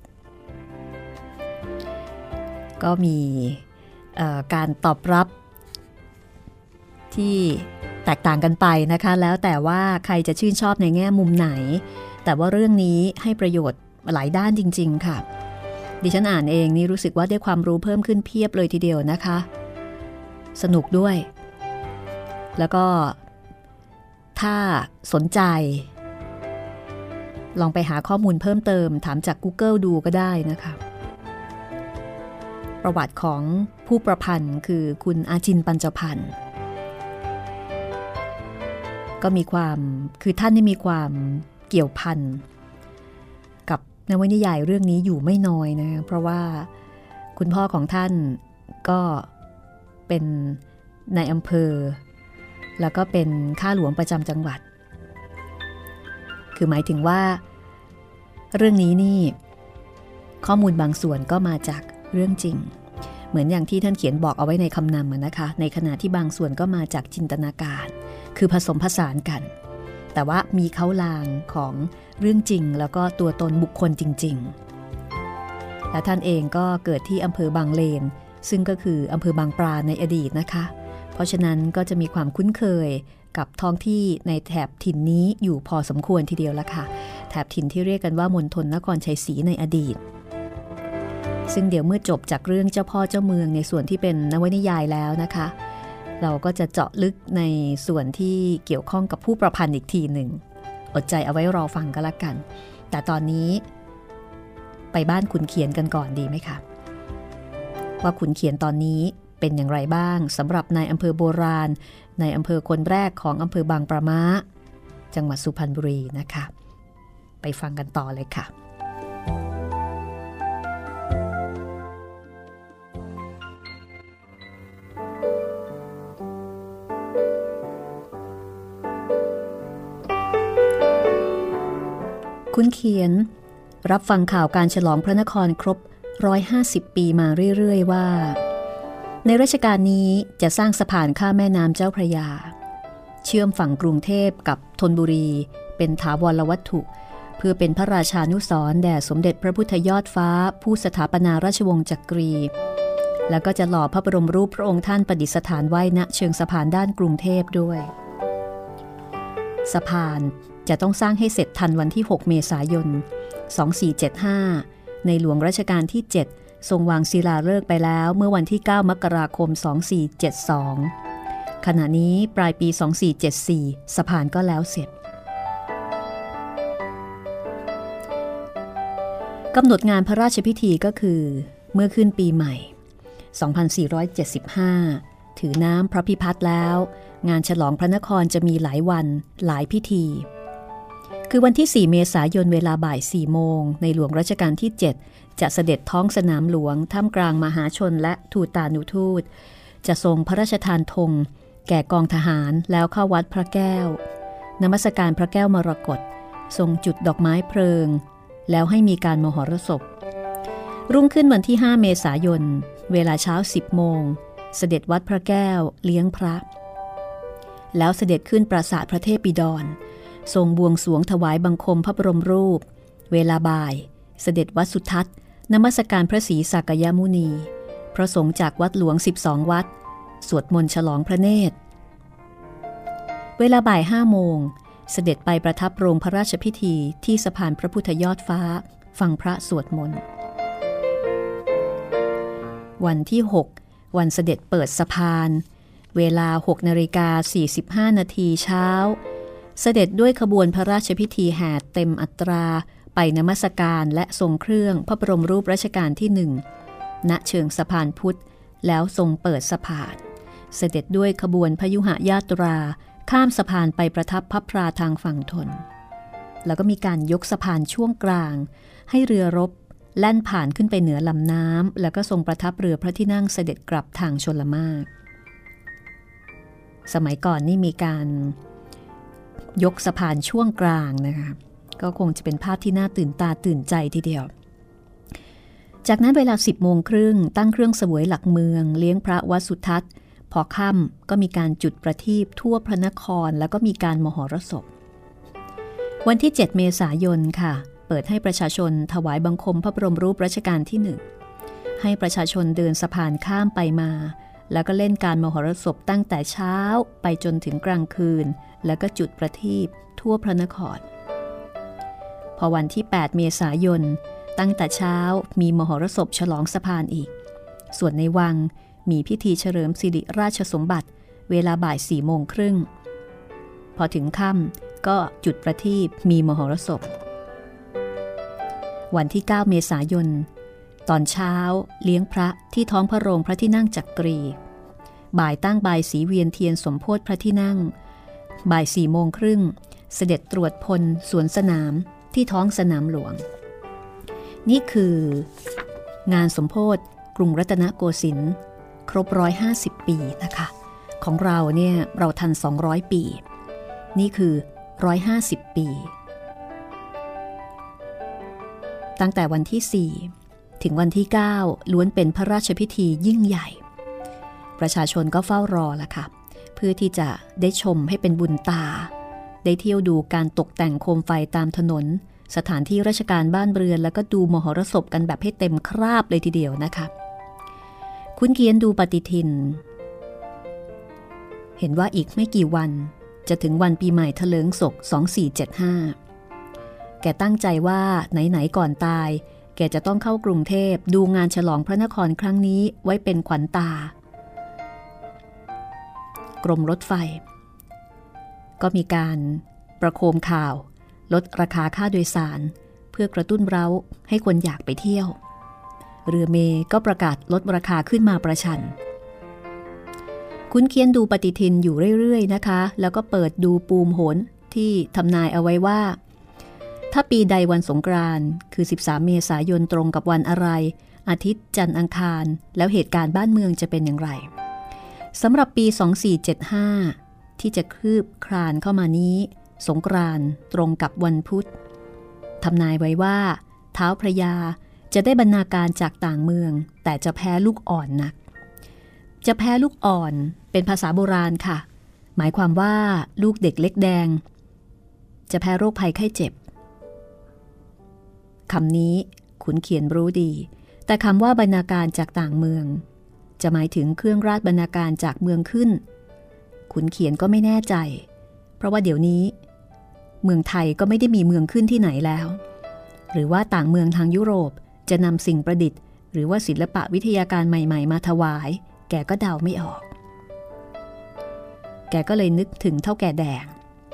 Speaker 3: ก็มีการตอบรับที่แตกต่างกันไปนะคะแล้วแต่ว่าใครจะชื่นชอบในแง่มุมไหนแต่ว่าเรื่องนี้ให้ประโยชน์หลายด้านจริงๆค่ะดิฉันอ่านเองนี่รู้สึกว่าได้ความรู้เพิ่มขึ้นเพียบเลยทีเดียวนะคะสนุกด้วยแล้วก็ถ้าสนใจลองไปหาข้อมูลเพิ่มเติมถามจาก Google ดูก็ได้นะคะประวัติของผู้ประพันธ์คือคุณอาจินปัญจพันธ์ก็มีความคือท่านได้มีความเกี่ยวพันกับนวนิยายเรื่องนี้อยู่ไม่น้อยนะเพราะว่าคุณพ่อของท่านก็เป็นนายอำเภอแล้วก็เป็นข้าหลวงประจำจังหวัดคือหมายถึงว่าเรื่องนี้นี่ข้อมูลบางส่วนก็มาจากเรื่องจริงเหมือนอย่างที่ท่านเขียนบอกเอาไว้ในคำนำนะคะในขณะที่บางส่วนก็มาจากจินตนาการคือผสมผสานกันแต่ว่ามีเค้าลางของเรื่องจริงแล้วก็ตัวตนบุคคลจริงๆและท่านเองก็เกิดที่อำเภอบางเลนซึ่งก็คืออำเภอบางปราในอดีตนะคะเพราะฉะนั้นก็จะมีความคุ้นเคยกับท้องที่ในแถบถิ่นนี้อยู่พอสมควรทีเดียวละค่ะแถบถิ่นที่เรียกกันว่ามณฑลนครชัยศรีในอดีตซึ่งเดี๋ยวเมื่อจบจากเรื่องเจ้าพ่อเจ้าเมืองในส่วนที่เป็นนวนิยายแล้วนะคะเราก็จะเจาะลึกในส่วนที่เกี่ยวข้องกับผู้ประพันธ์อีกทีหนึ่งอดใจเอาไว้รอฟังก็แล้วกันแต่ตอนนี้ไปบ้านขุนเขียนกันก่อนดีไหมคะว่าขุนเขียนตอนนี้เเป็นอย่างไรบ้างสำหรับนายอำเภอโบราณในอำเภอคนแรกของอำเภอบางปะม้าจังหวัดสุพรรณบุรีนะคะไปฟังกันต่อเลยค่ะคุณเขียนรับฟังข่าวการฉลองพระนครครบหนึ่งร้อยห้าสิบปีมาเรื่อยๆว่าในรัชกาลนี้จะสร้างสะพานข้ามแม่น้ำเจ้าพระยาเชื่อมฝั่งกรุงเทพกับธนบุรีเป็นถาวรวัตถุเพื่อเป็นพระราชานุสรณ์แด่สมเด็จพระพุทธยอดฟ้าผู้สถาปนาราชวงศ์จักรีแล้วก็จะหล่อพระบรมรูปพระองค์ท่านประดิษฐานไว้ณเชิงสะพานด้านกรุงเทพด้วยสะพานจะต้องสร้างให้เสร็จทันวันที่หกเมษายนสองพันสี่ร้อยเจ็ดสิบห้าในหลวงรัชกาลที่เจ็ดทรงวางศิลาฤกษ์ไปแล้วเมื่อวันที่เก้ามกราคมสองพันสี่ร้อยเจ็ดสิบสองขณะนี้ปลายปีสองพันสี่ร้อยเจ็ดสิบสี่สะพานก็แล้วเสร็จกำหนดงานพระราชพิธีก็คือเมื่อขึ้นปีใหม่สองพันสี่ร้อยเจ็ดสิบห้าถือน้ำพระพิพัฒน์แล้วงานฉลองพระนครจะมีหลายวันหลายพิธีคือวันที่สี่เมษายนเวลาบ่ายสี่โมงในหลวงรัชกาลที่เจ็ดจะเสด็จท้องสนามหลวงท่ามกลางมหาชนและทูตานุทูตจะทรงพระราชทานธงแก่กองทหารแล้วเข้าวัดพระแก้วนมัสการพระแก้วมรกตทรงจุดดอกไม้เพลิงแล้วให้มีการมหรสพรุ่งขึ้นวันที่ห้าเมษายนเวลาเช้าสิบโมงเสด็จวัดพระแก้วเลี้ยงพระแล้วเสด็จขึ้นปราสาทพระเทพบิดรทรงบวงสรวงถวายบังคมพระบรมรูปเวลาบ่ายเสด็จวัดสุทัศน์นมัสการพระศรีสักยมุนีพระสงฆ์จากวัดหลวงสิบสองวัดสวดมนต์ฉลองพระเนตรเวลาบ่ายห้าโมงเสด็จไปประทับโรงพระราชพิธีที่สะพานพระพุทธยอดฟ้าฟังพระสวดมนต์วันที่หกวันเสด็จเปิดสะพานเวลาหกนาฬิกาสี่สิบห้านาทีเช้าเสด็จด้วยขบวนพระราชพิธีแห่เต็มอัตราไปนมัสการและทรงเครื่องพระบรมรูปรัชกาลที่หนึ่งณเชิงสะพานพุทธแล้วทรงเปิดสะพานเสด็จด้วยขบวนพยุหญาตราข้ามสะพานไปประทับพับพราทางฝั่งทนแล้วก็มีการยกสะพานช่วงกลางให้เรือรบแล่นผ่านขึ้นไปเหนือลำน้ำแล้วก็ทรงประทับเรือพระที่นั่งเสด็จกลับทางชลมารสมัยก่อนนี่มีการยกสะพานช่วงกลางนะคะก็คงจะเป็นภาพที่น่าตื่นตาตื่นใจทีเดียวจากนั้นเวลาสิบโมงครึ่งตั้งเครื่องเสวยหลักเมืองเลี้ยงพระวัดสุทัศน์พอค่ำก็มีการจุดประทีปทั่วพระนครแล้วก็มีการมหรสพวันที่เจ็ดเมษายนค่ะเปิดให้ประชาชนถวายบังคมพระบรมรูปรัชกาลที่หนึ่งให้ประชาชนเดินสะพานข้ามไปมาแล้วก็เล่นการมหรสพตั้งแต่เช้าไปจนถึงกลางคืนแล้วก็จุดประทีปทั่วพระนครพอวันที่แปดเมษายนตั้งแต่เช้ามีมหรสพฉลองสะพานอีกส่วนในวังมีพิธีเฉลิมสิริราชสมบัติเวลาบ่ายสี่โมงครึ่งพอถึงค่ำก็จุดประทีปมีมหรสพวันที่เก้าเมษายนตอนเช้าเลี้ยงพระที่ท้องพระโรงพระที่นั่งจักรีบ่ายตั้งบายสีเวียนเทียนสมโพธิพระที่นั่งบ่ายสี่โมงครึ่งเสด็จตรวจพลสวนสนามที่ท้องสนามหลวงนี่คืองานสมโพธิกรุงรัตนโกสินทร์ครบหนึ่งร้อยห้าสิบปีนะคะของเราเนี่ยเราทันสองร้อยปีนี่คือหนึ่งร้อยห้าสิบปีตั้งแต่วันที่สี่ถึงวันที่เก้าล้วนเป็นพระราชพิธียิ่งใหญ่ประชาชนก็เฝ้ารอละค่ะเพื่อที่จะได้ชมให้เป็นบุญตาได้เที่ยวดูการตกแต่งโคมไฟตามถนนสถานที่ราชการบ้านเรือนแล้วก็ดูมหรสพกันแบบให้เต็มคราบเลยทีเดียวนะคะคุณเกียนดูปฏิทินเห็นว่าอีกไม่กี่วันจะถึงวันปีใหม่เถลิงศกสองพันสี่ร้อยเจ็ดสิบห้าแกตั้งใจว่าไหนๆก่อนตายแกจะต้องเข้ากรุงเทพดูงานฉลองพระนครครั้งนี้ไว้เป็นขวัญตากรมรถไฟก็มีการประโคมข่าวลดราคาค่าโดยสารเพื่อกระตุ้นเร้าให้คนอยากไปเที่ยวเรือเมล์ก็ประกาศลดราคาขึ้นมาประชันขุนเคียนดูปฏิทินอยู่เรื่อยๆนะคะแล้วก็เปิดดูปูมโหนที่ทำนายเอาไว้ว่าถ้าปีใดวันสงกรานต์คือสิบสามเมษายนตรงกับวันอะไรอาทิตย์จันทร์อังคารแล้วเหตุการณ์บ้านเมืองจะเป็นอย่างไรสำหรับปีสองพันสี่ร้อยเจ็ดสิบห้าที่จะคืบคลานเข้ามานี้สงกรานต์ตรงกับวันพุธทำนายไว้ว่าท้าวพระยาจะได้บรรณาการจากต่างเมืองแต่จะแพ้ลูกอ่อนนักจะแพ้ลูกอ่อนเป็นภาษาโบราณค่ะหมายความว่าลูกเด็กเล็กแดงจะแพ้โรคภัยไข้เจ็บคำนี้ขุนเขียนรู้ดีแต่คำว่าบรรณาการจากต่างเมืองจะหมายถึงเครื่องราชบรรณาการจากเมืองขึ้นขุนเขียนก็ไม่แน่ใจเพราะว่าเดี๋ยวนี้เมืองไทยก็ไม่ได้มีเมืองขึ้นที่ไหนแล้วหรือว่าต่างเมืองทางยุโรปจะนำสิ่งประดิษฐ์หรือว่าศิลปะวิทยาการใหม่ๆมาถวายแกก็เดาไม่ออกแกก็เลยนึกถึงเท่าแก่แดง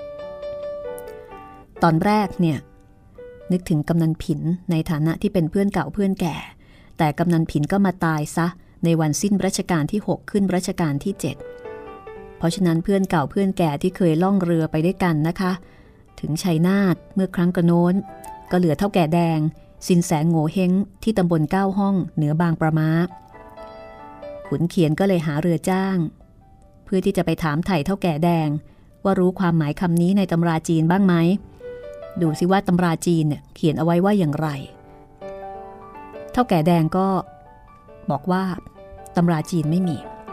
Speaker 3: ตอนแรกเนี่ยนึกถึงกำนันผินในฐานะที่เป็นเพื่อนเก่าเพื่อนแก่แต่กำนันผินก็มาตายซะในวันสิ้นรัชกาลที่หกขึ้นรัชกาลที่เจ็ดเพราะฉะนั้นเพื่อนเก่าเพื่อนแก่ที่เคยล่องเรือไปด้วยกันนะคะถึงชัยนาทเมื่อครั้งกระโน้นก็เหลือเท่าแก่แดงสินแสโง่เฮงที่ตำบลเก้าห้องเหนือบางประมาขุนเขียนก็เลยหาเรือจ้างเพื่อที่จะไปถามไถ่เท่าแก่แดงว่ารู้ความหมายคำนี้ในตำราจีนบ้างไหมดูสิว่าตำราจีนเนี่ยเขียนเอาไว้ว่าอย่างไรเท่าแก่แดงก็บอกว่าตำราจีนไม่มี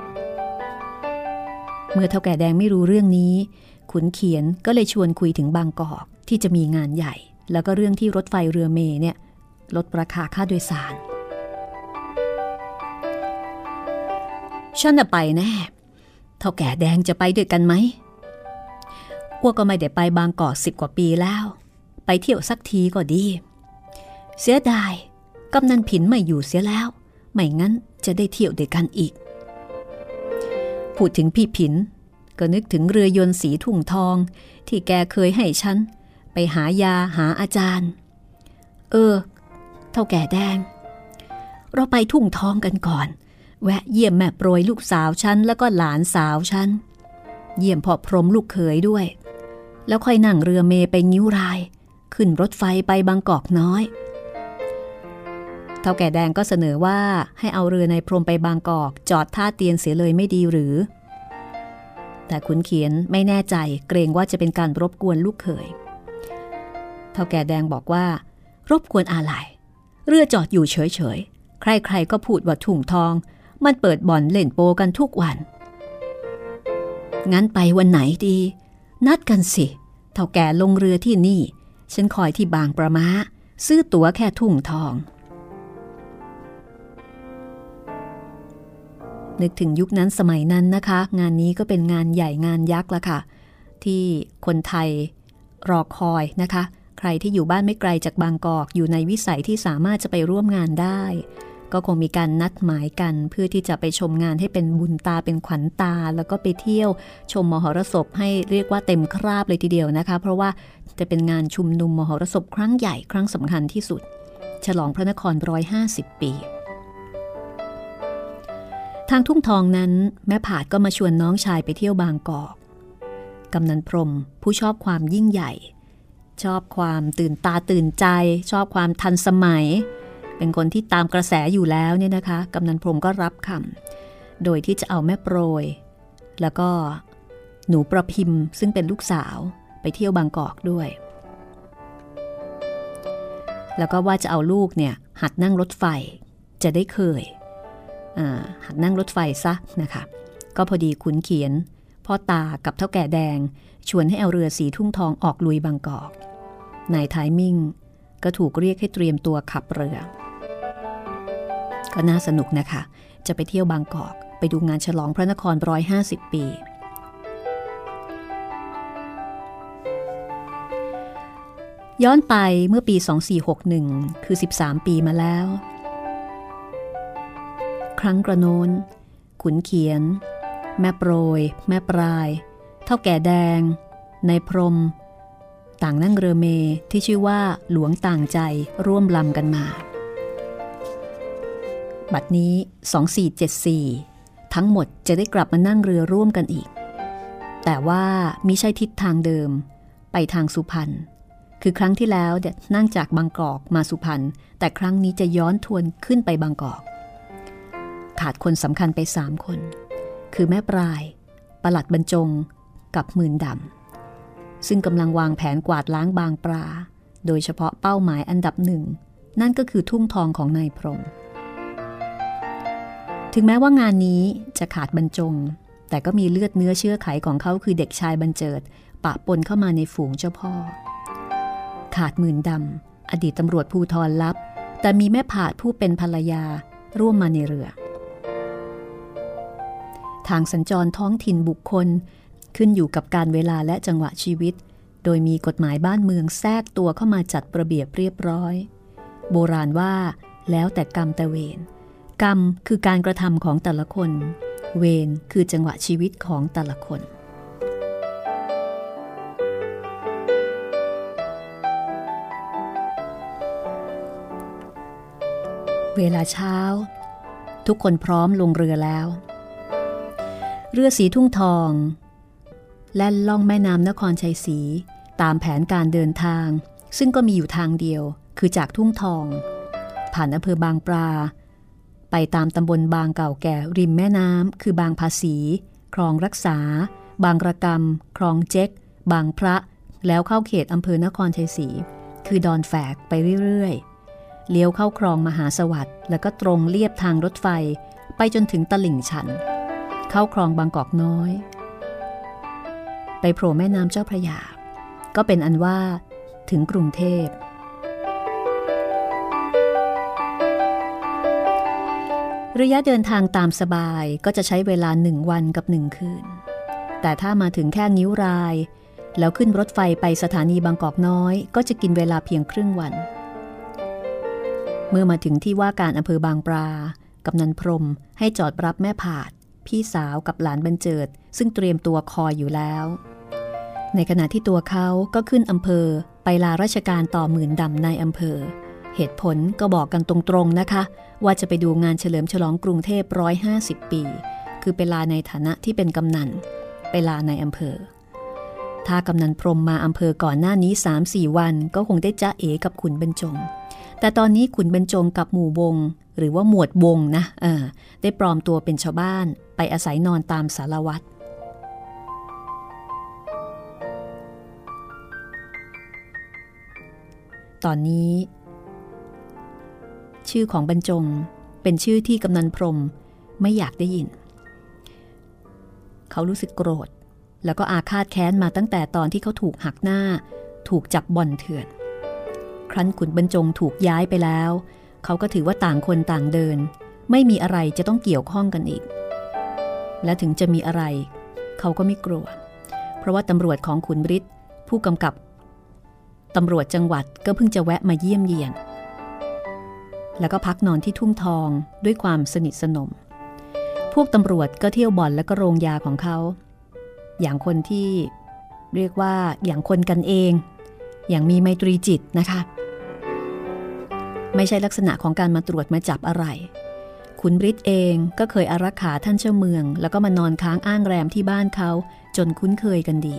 Speaker 3: เมื่อเท่าแก่แดงไม่รู้เรื่องนี้ขุนเขียนก็เลยชวนคุยถึงบางกอกที่จะมีงานใหญ่แล้วก็เรื่องที่รถไฟเรือเมล์เนี่ยลดราคาค่าโดยสารฉันน่ะไปแน่เท่าแก่แดงจะไปด้วยกันไหมอ้วก็ไม่ได้ไปบางกอกสิบกว่าปีแล้วไปเที่ยวสักทีก็ดีเสียดายกำนันผินไม่อยู่เสียแล้วไม่งั้นจะได้เที่ยวด้วยกันอีกพูดถึงพี่ผินก็นึกถึงเรือยนต์สีทุ่งทองที่แกเคยให้ฉันไปหายาหาอาจารย์เออเท่าแก่แดงเราไปทุ่งทองกันก่อนแวะเยี่ยมแม่โปรยลูกสาวฉันแล้วก็หลานสาวฉันเยี่ยมพ่อพรหมลูกเขยด้วยแล้วค่อยนั่งเรือเมไปงิ้วรายขึ้นรถไฟไปบางกอกน้อยเท่าแก่แดงก็เสนอว่าให้เอาเรือในพรหมไปบางกอกจอดท่าเตียนเสียเลยไม่ดีหรือแต่ขุนเขียนไม่แน่ใจเกรงว่าจะเป็นการรบกวนลูกเขยเท่าแก่แดงบอกว่ารบกวนอะไรเรือจอดอยู่เฉยๆใครๆก็พูดว่าทุ่งทองมันเปิดบ่อนเล่นโปกันทุกวันงั้นไปวันไหนดีนัดกันสิเท่าแก่ลงเรือที่นี่ฉันคอยที่บางประมาซื้อตั๋วแค่ทุ่งทองนึกถึงยุคนั้นสมัยนั้นนะคะงานนี้ก็เป็นงานใหญ่งานยักษ์ละค่ะที่คนไทยรอคอยนะคะใครที่อยู่บ้านไม่ไกลจากบางกอกอยู่ในวิสัยที่สามารถจะไปร่วมงานได้ก็คงมีการนัดหมายกันเพื่อที่จะไปชมงานให้เป็นบุญตาเป็นขวัญตาแล้วก็ไปเที่ยวชมมหรสพให้เรียกว่าเต็มคราบเลยทีเดียวนะคะเพราะว่าจะเป็นงานชุมนุมมหรสพครั้งใหญ่ครั้งสำคัญที่สุดฉลองพระนครหนึ่งร้อยห้าสิบปีทางทุ่งทองนั้นแม่ผาดก็มาชวนน้องชายไปเที่ยวบางกอกกำนันพรหมผู้ชอบความยิ่งใหญ่ชอบความตื่นตาตื่นใจชอบความทันสมัยเป็นคนที่ตามกระแสอยู่แล้วเนี่ยนะคะกำนันพรหมก็รับคำโดยที่จะเอาแม่โปรยแล้วก็หนูประพิมพ์ซึ่งเป็นลูกสาวไปเที่ยวบางกอกด้วยแล้วก็ว่าจะเอาลูกเนี่ยหัดนั่งรถไฟจะได้เคยหัดนั่งรถไฟซะนะคะก็พอดีขุนเขียนพ่อตากับเท่าแก่แดงชวนให้เอาเรือสีทุ่งทองออกลุยบางกอกนายท้ายมิ่งก็ถูกเรียกให้เตรียมตัวขับเรือก็น่าสนุกนะคะจะไปเที่ยวบางกอกไปดูงานฉลองพระนครหนึ่งร้อยห้าสิบปีย้อนไปเมื่อปีสองพันสี่ร้อยหกสิบเอ็ดคือสิบสามปีมาแล้วครั้งกระโน้นขุนเขียนแม่โปรยแม่ปลายเท่าแก่แดงนายพรหมต่างนั่งเรือเมที่ชื่อว่าหลวงต่างใจร่วมลำกันมาบัดนี้สองพันสี่ร้อยเจ็ดสิบสี่ทั้งหมดจะได้กลับมานั่งเรือร่วมกันอีกแต่ว่ามิใช่ทิศทางเดิมไปทางสุพรรณคือครั้งที่แล้วเด็ดนั่งจากบางกอกมาสุพรรณแต่ครั้งนี้จะย้อนทวนขึ้นไปบางกอกขาดคนสำคัญไปสามคนคือแม่ปลายปลัดบรรจงกับหมื่นดำซึ่งกำลังวางแผนกวาดล้างบางปลาโดยเฉพาะเป้าหมายอันดับหนึ่งนั่นก็คือทุ่งทองของนายพรหมถึงแม้ว่างานนี้จะขาดบรรจงแต่ก็มีเลือดเนื้อเชื้อไขของเขาคือเด็กชายบรรเจิดปะปนเข้ามาในฝูงเจ้าพ่อขาดหมื่นดำอดีตตำรวจภูธรลับแต่มีแม่ผาดผู้เป็นภรรยาร่วมมาในเรือทางสัญจรท้องถิ่นบุคคลขึ้นอยู่กับการเวลาและจังหวะชีวิตโดยมีกฎหมายบ้านเมืองแทรกตัวเข้ามาจัดระเบียบเรียบร้อยโบราณว่าแล้วแต่กรรมแต่เวรกรรมคือการกระทำของแต่ละคนเวรคือจังหวะชีวิตของแต่ละคนเวลาเช้าทุกคนพร้อมลงเรือแล้วเรือสีทุ่งทองแล่นล่องแม่น้ำนครชัยศรีตามแผนการเดินทางซึ่งก็มีอยู่ทางเดียวคือจากทุ่งทองผ่านอำเภอบางปลาไปตามตำบลบางเก่าแก่ริมแม่น้ำคือบางภาษีคลองรักษาบางระกำคลองเจ๊กบางพระแล้วเข้าเขตอำเภอนครชัยศรีคือดอนแฝกไปเรื่อยๆเลี้ยวเข้าคลองมหาสวัสดิ์แล้วก็ตรงเลียบทางรถไฟไปจนถึงตลิ่งชันเข้าคลองบางกอกน้อยไปโผล่แม่น้ำเจ้าพระยาก็เป็นอันว่าถึงกรุงเทพระยะเดินทางตามสบายก็จะใช้เวลาหนึ่งวันกับหนึ่งคืนแต่ถ้ามาถึงแค่งิ้วรายแล้วขึ้นรถไฟไปสถานีบางกอกน้อยก็จะกินเวลาเพียงครึ่งวันเมื่อมาถึงที่ว่าการอำเภอบางปลากำนันพรหมให้จอดรับแม่ผาดพี่สาวกับหลานบรรเจิดซึ่งเตรียมตัวคอยอยู่แล้วในขณะที่ตัวเขาก็ขึ้นอำเภอไปลาราชการต่อหมื่นดำในอำเภอเหตุผลก็บอกกันตรงๆนะคะว่าจะไปดูงานเฉลิมฉลองกรุงเทพหนึ่งร้อยห้าสิบปีคือไปลาในฐานะที่เป็นกำนันไปลาในอำเภอถ้ากำนันพรหมมาอำเภอก่อนหน้านี้ สามสี่ วันก็คงได้จ๊ะเอ๋กับขุนบรรจงแต่ตอนนี้ขุนบรรจงกับหมู่วงหรือว่าหมวดวงนะเออได้ปลอมตัวเป็นชาวบ้านไปอาศัยนอนตามสารวัตรตอนนี้ชื่อของบรรจงเป็นชื่อที่กำนันพรหมไม่อยากได้ยินเขารู้สึกโกรธแล้วก็อาฆาตแค้นมาตั้งแต่ตอนที่เขาถูกหักหน้าถูกจับบ่อนเถื่อนครั้นขุนบรรจงถูกย้ายไปแล้วเขาก็ถือว่าต่างคนต่างเดินไม่มีอะไรจะต้องเกี่ยวข้องกันอีกและถึงจะมีอะไรเขาก็ไม่กลัวเพราะว่าตำรวจของขุนฤทธิ์ผู้กำกับตำรวจจังหวัดก็เพิ่งจะแวะมาเยี่ยมเยียนแล้วก็พักนอนที่ทุ่งทองด้วยความสนิทสนมพวกตำรวจก็เที่ยวบ่อนและก็โรงยาของเขาอย่างคนที่เรียกว่าอย่างคนกันเองอย่างมีไมตรีจิตนะคะไม่ใช่ลักษณะของการมาตรวจมาจับอะไรขุนฤทธิ์เองก็เคยอารักขาท่านเจ้าเมืองแล้วก็มานอนค้างอ้างแรมที่บ้านเขาจนคุ้นเคยกันดี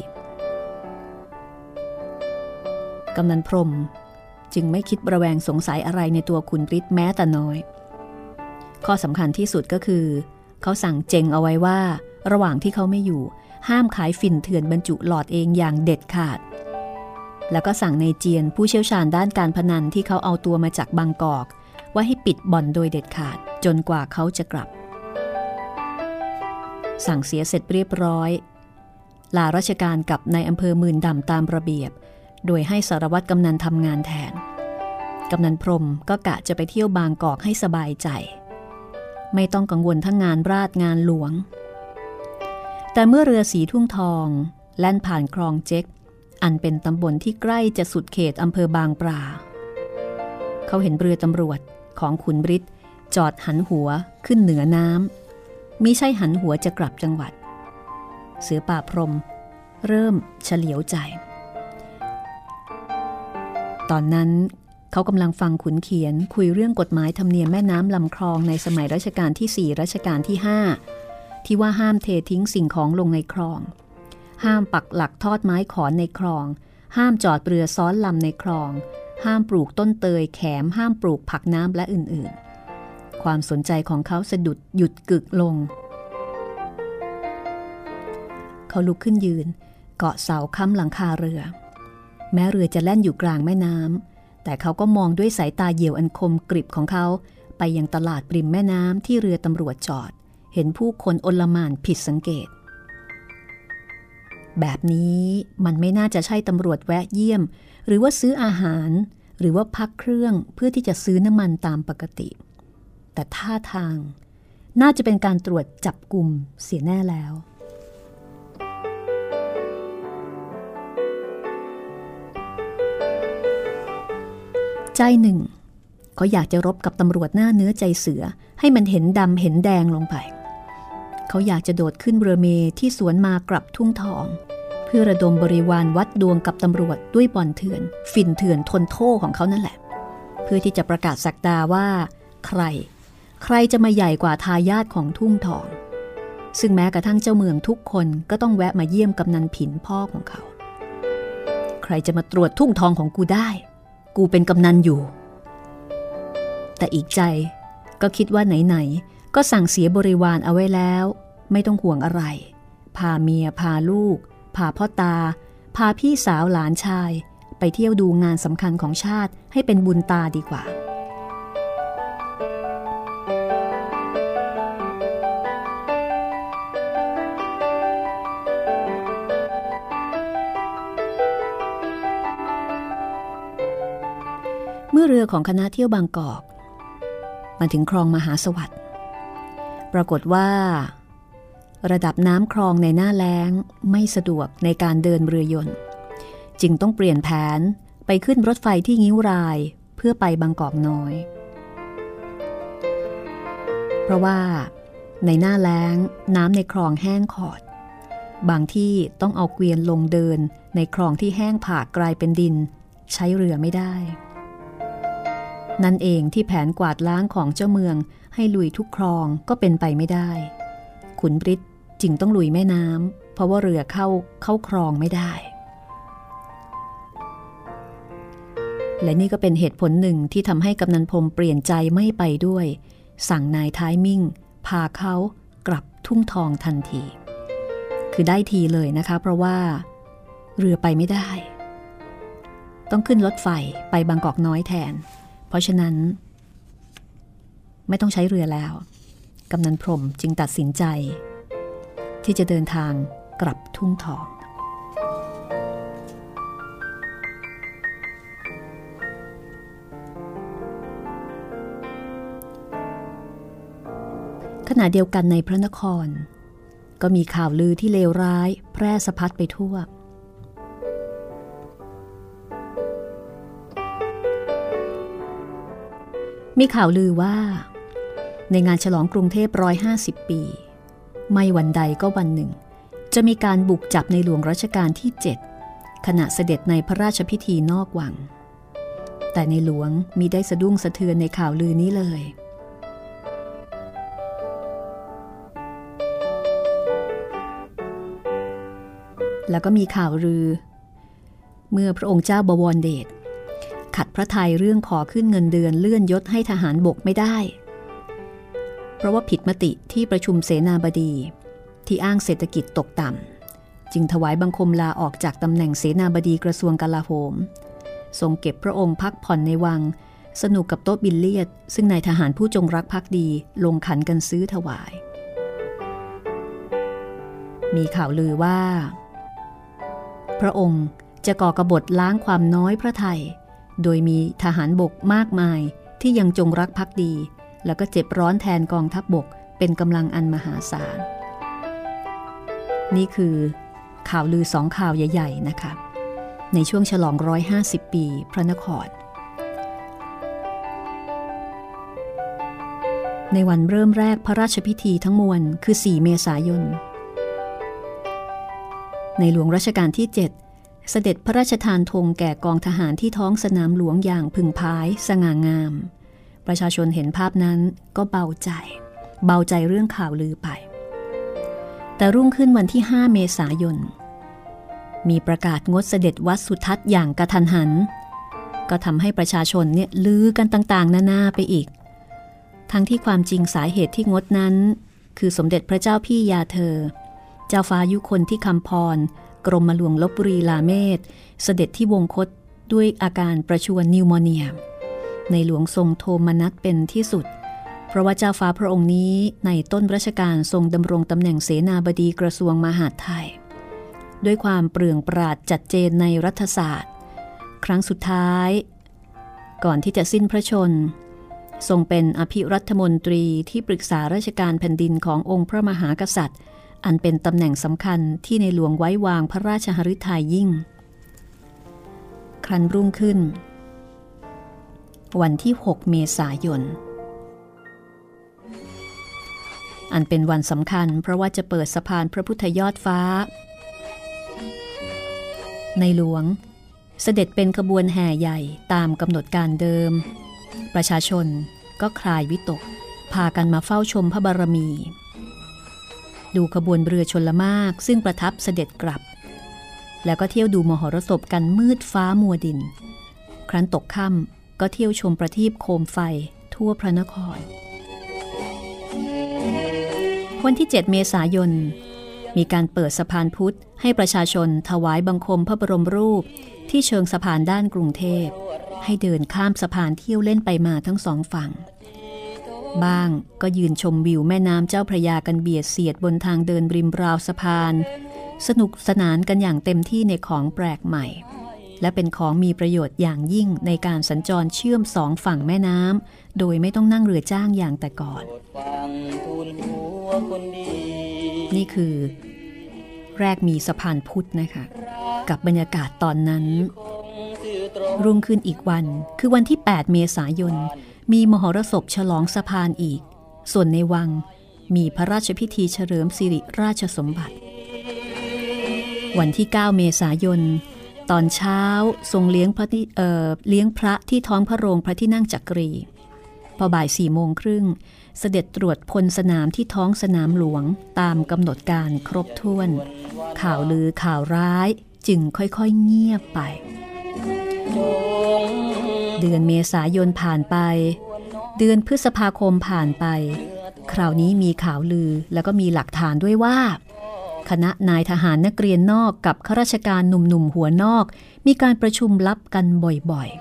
Speaker 3: กำนันพรหมจึงไม่คิดระแวงสงสัยอะไรในตัวขุนฤทธิ์แม้แต่น้อยข้อสำคัญที่สุดก็คือเขาสั่งเจงเอาไว้ว่าระหว่างที่เขาไม่อยู่ห้ามขายฝิ่นเถื่อนบรรจุหลอดเองอย่างเด็ดขาดแล้วก็สั่งในเจียนผู้เชี่ยวชาญด้านการพนันที่เขาเอาตัวมาจากบางกอกว่าให้ปิดบ่อนโดยเด็ดขาดจนกว่าเขาจะกลับสั่งเสียเสร็จเรียบร้อยลาราชการกับนายอำเภอหมื่นดำตามระเบียบโดยให้สารวัตรกำนันทำงานแทนกำนันพรหมก็กะจะไปเที่ยวบางกอกให้สบายใจไม่ต้องกังวลทั้งงานราชงานหลวงแต่เมื่อเรือสีทุ่งทองแล่นผ่านคลองเจ๊กอันเป็นตำบลที่ใกล้จะสุดเขตอำเภอบางปลาเขาเห็นเรือตำรวจของขุนฤทธิ์จอดหันหัวขึ้นเหนือน้ำมิใช่หันหัวจะกลับจังหวัดเสือป่าพรหมเริ่มเฉลียวใจตอนนั้นเขากำลังฟังขุนเขียนคุยเรื่องกฎหมายธรรมเนียมแม่น้ำลำคลองในสมัยรัชกาลที่สี่รัชกาลที่ห้าที่ว่าห้ามเททิ้งสิ่งของลงในคลองห้ามปักหลักทอดไม้ขอนในคลองห้ามจอดเรือซ้อนลำในคลองห้ามปลูกต้นเตยแขมห้ามปลูกผักน้ำและอื่นๆความสนใจของเขาสะดุดหยุดกึกลงเขาลุกขึ้นยืนเกาะเสาค้ำหลังคาเรือแม้เรือจะแล่นอยู่กลางแม่น้ำแต่เขาก็มองด้วยสายตาเหยี่ยวอันคมกริบของเขาไปยังตลาดริมแม่น้ำที่เรือตำรวจจอดเห็นผู้คนอลหม่านผิดสังเกตแบบนี้มันไม่น่าจะใช่ตำรวจแวะเยี่ยมหรือว่าซื้ออาหารหรือว่าพักเครื่องเพื่อที่จะซื้อน้ำมันตามปกติแต่ท่าทางน่าจะเป็นการตรวจจับกลุ่มเสียแน่แล้วใจหนึ่งก็อยากจะรบกับตำรวจหน้าเนื้อใจเสือให้มันเห็นดำเห็นแดงลงไปเขาอยากจะโดดขึ้นเรือเมที่สวนมากลับทุ่งทองเพื่อระดมบริวารวัดดวงกับตำรวจด้วยบ่อนเถื่อนฝิ่นเถื่อนทนโทษของเขานั่นแหละเพื่อที่จะประกาศศักดาว่าใครใครจะมาใหญ่กว่าทายาทของทุ่งทองซึ่งแม้กระทั่งเจ้าเมืองทุกคนก็ต้องแวะมาเยี่ยมกำนันผินพ่อของเขาใครจะมาตรวจทุ่งทองของกูได้กูเป็นกำนันอยู่แต่อีกใจก็คิดว่าไหนๆก็สั่งเสียบริวารเอาไว้แล้วไม่ต้องห่วงอะไรพาเมียพาลูกพาพ่อตาพาพี่สาวหลานชายไปเที่ยวดูงานสำคัญของชาติให้เป็นบุญตาดีกว่าเมื่อเรือของคณะเที่ยวบางกอกมาถึงคลองมหาสวัสดิ์ปรากฏว่าระดับน้ำคลองในหน้าแล้งไม่สะดวกในการเดินเรือยนต์จึงต้องเปลี่ยนแผนไปขึ้นรถไฟที่งิ้วรายเพื่อไปบางกอกน้อยเพราะว่าในหน้าแล้งน้ำในคลองแห้งขอดบางที่ต้องเอาเกวียนลงเดินในคลองที่แห้งผากกลายเป็นดินใช้เรือไม่ได้นั่นเองที่แผนกวาดล้างของเจ้าเมืองให้ลุยทุกคลองก็เป็นไปไม่ได้ขุนบริตจึงต้องลุยแม่น้ำเพราะว่าเรือเข้าเข้าคลองไม่ได้และนี่ก็เป็นเหตุผลหนึ่งที่ทำให้กำนันพรหมเปลี่ยนใจไม่ไปด้วยสั่งนายท้ายมิ่งพาเขากลับทุ่งทองทันทีคือได้ทีเลยนะคะเพราะว่าเรือไปไม่ได้ต้องขึ้นรถไฟไปบางกอกน้อยแทนเพราะฉะนั้นไม่ต้องใช้เรือแล้วกำนันพรหมจึงตัดสินใจที่จะเดินทางกลับทุ่งทองขณะเดียวกันในพระนครก็มีข่าวลือที่เลวร้ายแพร่สะพัดไปทั่วมีข่าวลือว่าในงานฉลองกรุงเทพหนึ่งร้อยห้าสิบปีไม่วันใดก็วันหนึ่งจะมีการบุกจับในหลวงรัชกาลที่เจ็ดขณะเสด็จในพระราชพิธีนอกวังแต่ในหลวงมิได้สะดุ้งสะเทือนในข่าวลือนี้เลยแล้วก็มีข่าวลือเมื่อพระองค์เจ้าบวรเดชขัดพระทัยเรื่องขอขึ้นเงินเดือนเลื่อนยศให้ทหารบกไม่ได้เพราะว่าผิดมติที่ประชุมเสนาบดีที่อ้างเศรษฐกิจตกต่ำจึงถวายบังคมลาออกจากตำแหน่งเสนาบดีกระทรวงกลาโหมทรงเก็บพระองค์พักผ่อนในวังสนุกกับโต๊ะบิลเลียดซึ่งนายทหารผู้จงรักภักดีลงขันกันซื้อถวายมีข่าวลือว่าพระองค์จะก่อกบฏล้างความน้อยพระทัยโดยมีทหารบกมากมายที่ยังจงรักภักดีแล้วก็เจ็บร้อนแทนกองทัพบกเป็นกำลังอันมหาศาลนี่คือข่าวลือสองข่าวใหญ่ๆนะคะในช่วงฉลองหนึ่งร้อยห้าสิบปีพระนครในวันเริ่มแรกพระราชพิธีทั้งมวลคือสี่เมษายนในหลวงรัชกาลที่เจ็ดเสด็จพระราชทานธงแก่กองทหารที่ท้องสนามหลวงอย่างพึงพายสง่างามประชาชนเห็นภาพนั้นก็เบาใจเบาใจเรื่องข่าวลือไปแต่รุ่งขึ้นวันที่ห้าเมษายนมีประกาศงดเสด็จวัดสุทัศน์อย่างกระทันหันก็ทำให้ประชาชนเนี่ยลือกันต่างๆนานาไปอีกทั้งที่ความจริงสาเหตุที่งดนั้นคือสมเด็จพระเจ้าพี่ยาเธอเจ้าฟ้ายุคนที่คำพรกรมหลวงลพบุรีลาเมศเสด็จที่วงคตด้วยอาการประชวรนิวโมเนียในหลวงทรงโทมนัสเป็นที่สุดเพราะว่าเจ้าฟ้าพระองค์นี้ในต้นรัชกาลทรงดำรงตำแหน่งเสนาบดีกระทรวงมหาดไทยด้วยความเปลืองปราดจัดเจนในรัฐศาสตร์ครั้งสุดท้ายก่อนที่จะสิ้นพระชนทรงเป็นอภิรัฐมนตรีที่ปรึกษาราชการแผ่นดินขององค์พระมหากษัตริย์อันเป็นตำแหน่งสำคัญที่ในหลวงไว้วางพระราชหฤทัยยิ่งครั้นรุ่งขึ้นวันที่หกเมษายนอันเป็นวันสำคัญเพราะว่าจะเปิดสะพานพระพุทธยอดฟ้าในหลวงเสด็จเป็นขบวนแห่ใหญ่ตามกำหนดการเดิมประชาชนก็คลายวิตกพากันมาเฝ้าชมพระบารมีดูขบวนเรือชลมากซึ่งประทับเสด็จกลับแล้วก็เที่ยวดูมหรสพกันมืดฟ้ามัวดินครั้นตกค่ำก็เที่ยวชมประทีปโคมไฟทั่วพระนครวันที่เจ็ดเมษายนมีการเปิดสะพานพุทธให้ประชาชนถวายบังคมพระบรมรูปที่เชิงสะพานด้านกรุงเทพให้เดินข้ามสะพานเที่ยวเล่นไปมาทั้งสองฝั่งบ้างก็ยืนชมวิวแม่น้ำเจ้าพระยากันเบียดเสียดบนทางเดินริมราวสะพานสนุกสนานกันอย่างเต็มที่ในของแปลกใหม่และเป็นของมีประโยชน์อย่างยิ่งในการสัญจรเชื่อมสองฝั่งแม่น้ำโดยไม่ต้องนั่งเรือจ้างอย่างแต่ก่อนนี่คือแรกมีสะพานพุทธนะคะกับบรรยากาศตอนนั้นรุ่งขึ้นอีกวันคือวันที่แปดเมษายนมีมหรสพฉลองสะพานอีกส่วนในวังมีพระราชพิธีเฉลิมสิริราชสมบัติวันที่เก้าเมษายนตอนเช้าทรงเลี้ยงพระเอ่อเลี้ยงพระที่ท้องพระโรงพระที่นั่งจักรีพอบ่ายสี่โมงครึ่งเสด็จตรวจพลสนามที่ท้องสนามหลวงตามกำหนดการครบถ้วนข่าวลือข่าวร้ายจึงค่อยๆเงียบไปเดือนเมษายนผ่านไปเดือนพฤษภาคมผ่านไปคราวนี้มีข่าวลือแล้วก็มีหลักฐานด้วยว่าคณะนายทหารนักเรียนนอกกับข้าราชการหนุ่มๆหัวนอกมีการประชุมลับกันบ่อย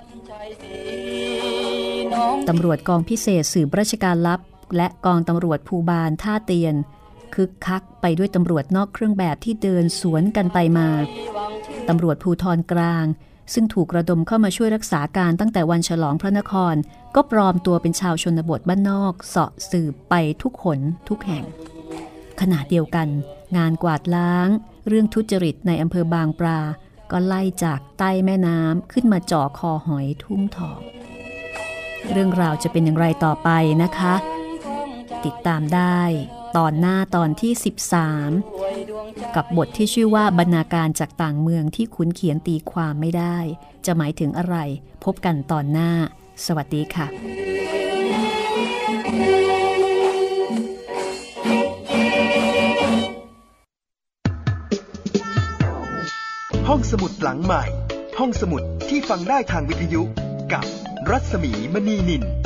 Speaker 3: ๆตำรวจกองพิเศษสืบราชการลับและกองตำรวจภูบาลท่าเตียนคึกคักไปด้วยตำรวจนอกเครื่องแบบที่เดินสวนกันไปมาตำรวจภูธรกลางซึ่งถูกระดมเข้ามาช่วยรักษาการตั้งแต่วันฉลองพระนครก็ปลอมตัวเป็นชาวชนบทบ้านนอกเสาะสืบไปทุกหนทุกแห่งขณะเดียวกันงานกวาดล้างเรื่องทุจริตในอำเภอบางปลาก็ไล่จากใต้แม่น้ำขึ้นมาจ่อคอหอยทุ่งทองเรื่องราวจะเป็นอย่างไรต่อไปนะคะติดตามได้ตอนหน้าตอนที่สิบสามกับบทที่ชื่อว่าบรรณาการจากต่างเมืองที่ขุนเขียนตีความไม่ได้จะหมายถึงอะไรพบกันตอนหน้าสวัสดีค่ะ
Speaker 1: ห้องสมุดหลังใหม่ห้องสมุดที่ฟังได้ทางวิทยุกับรัศมีมณีนิน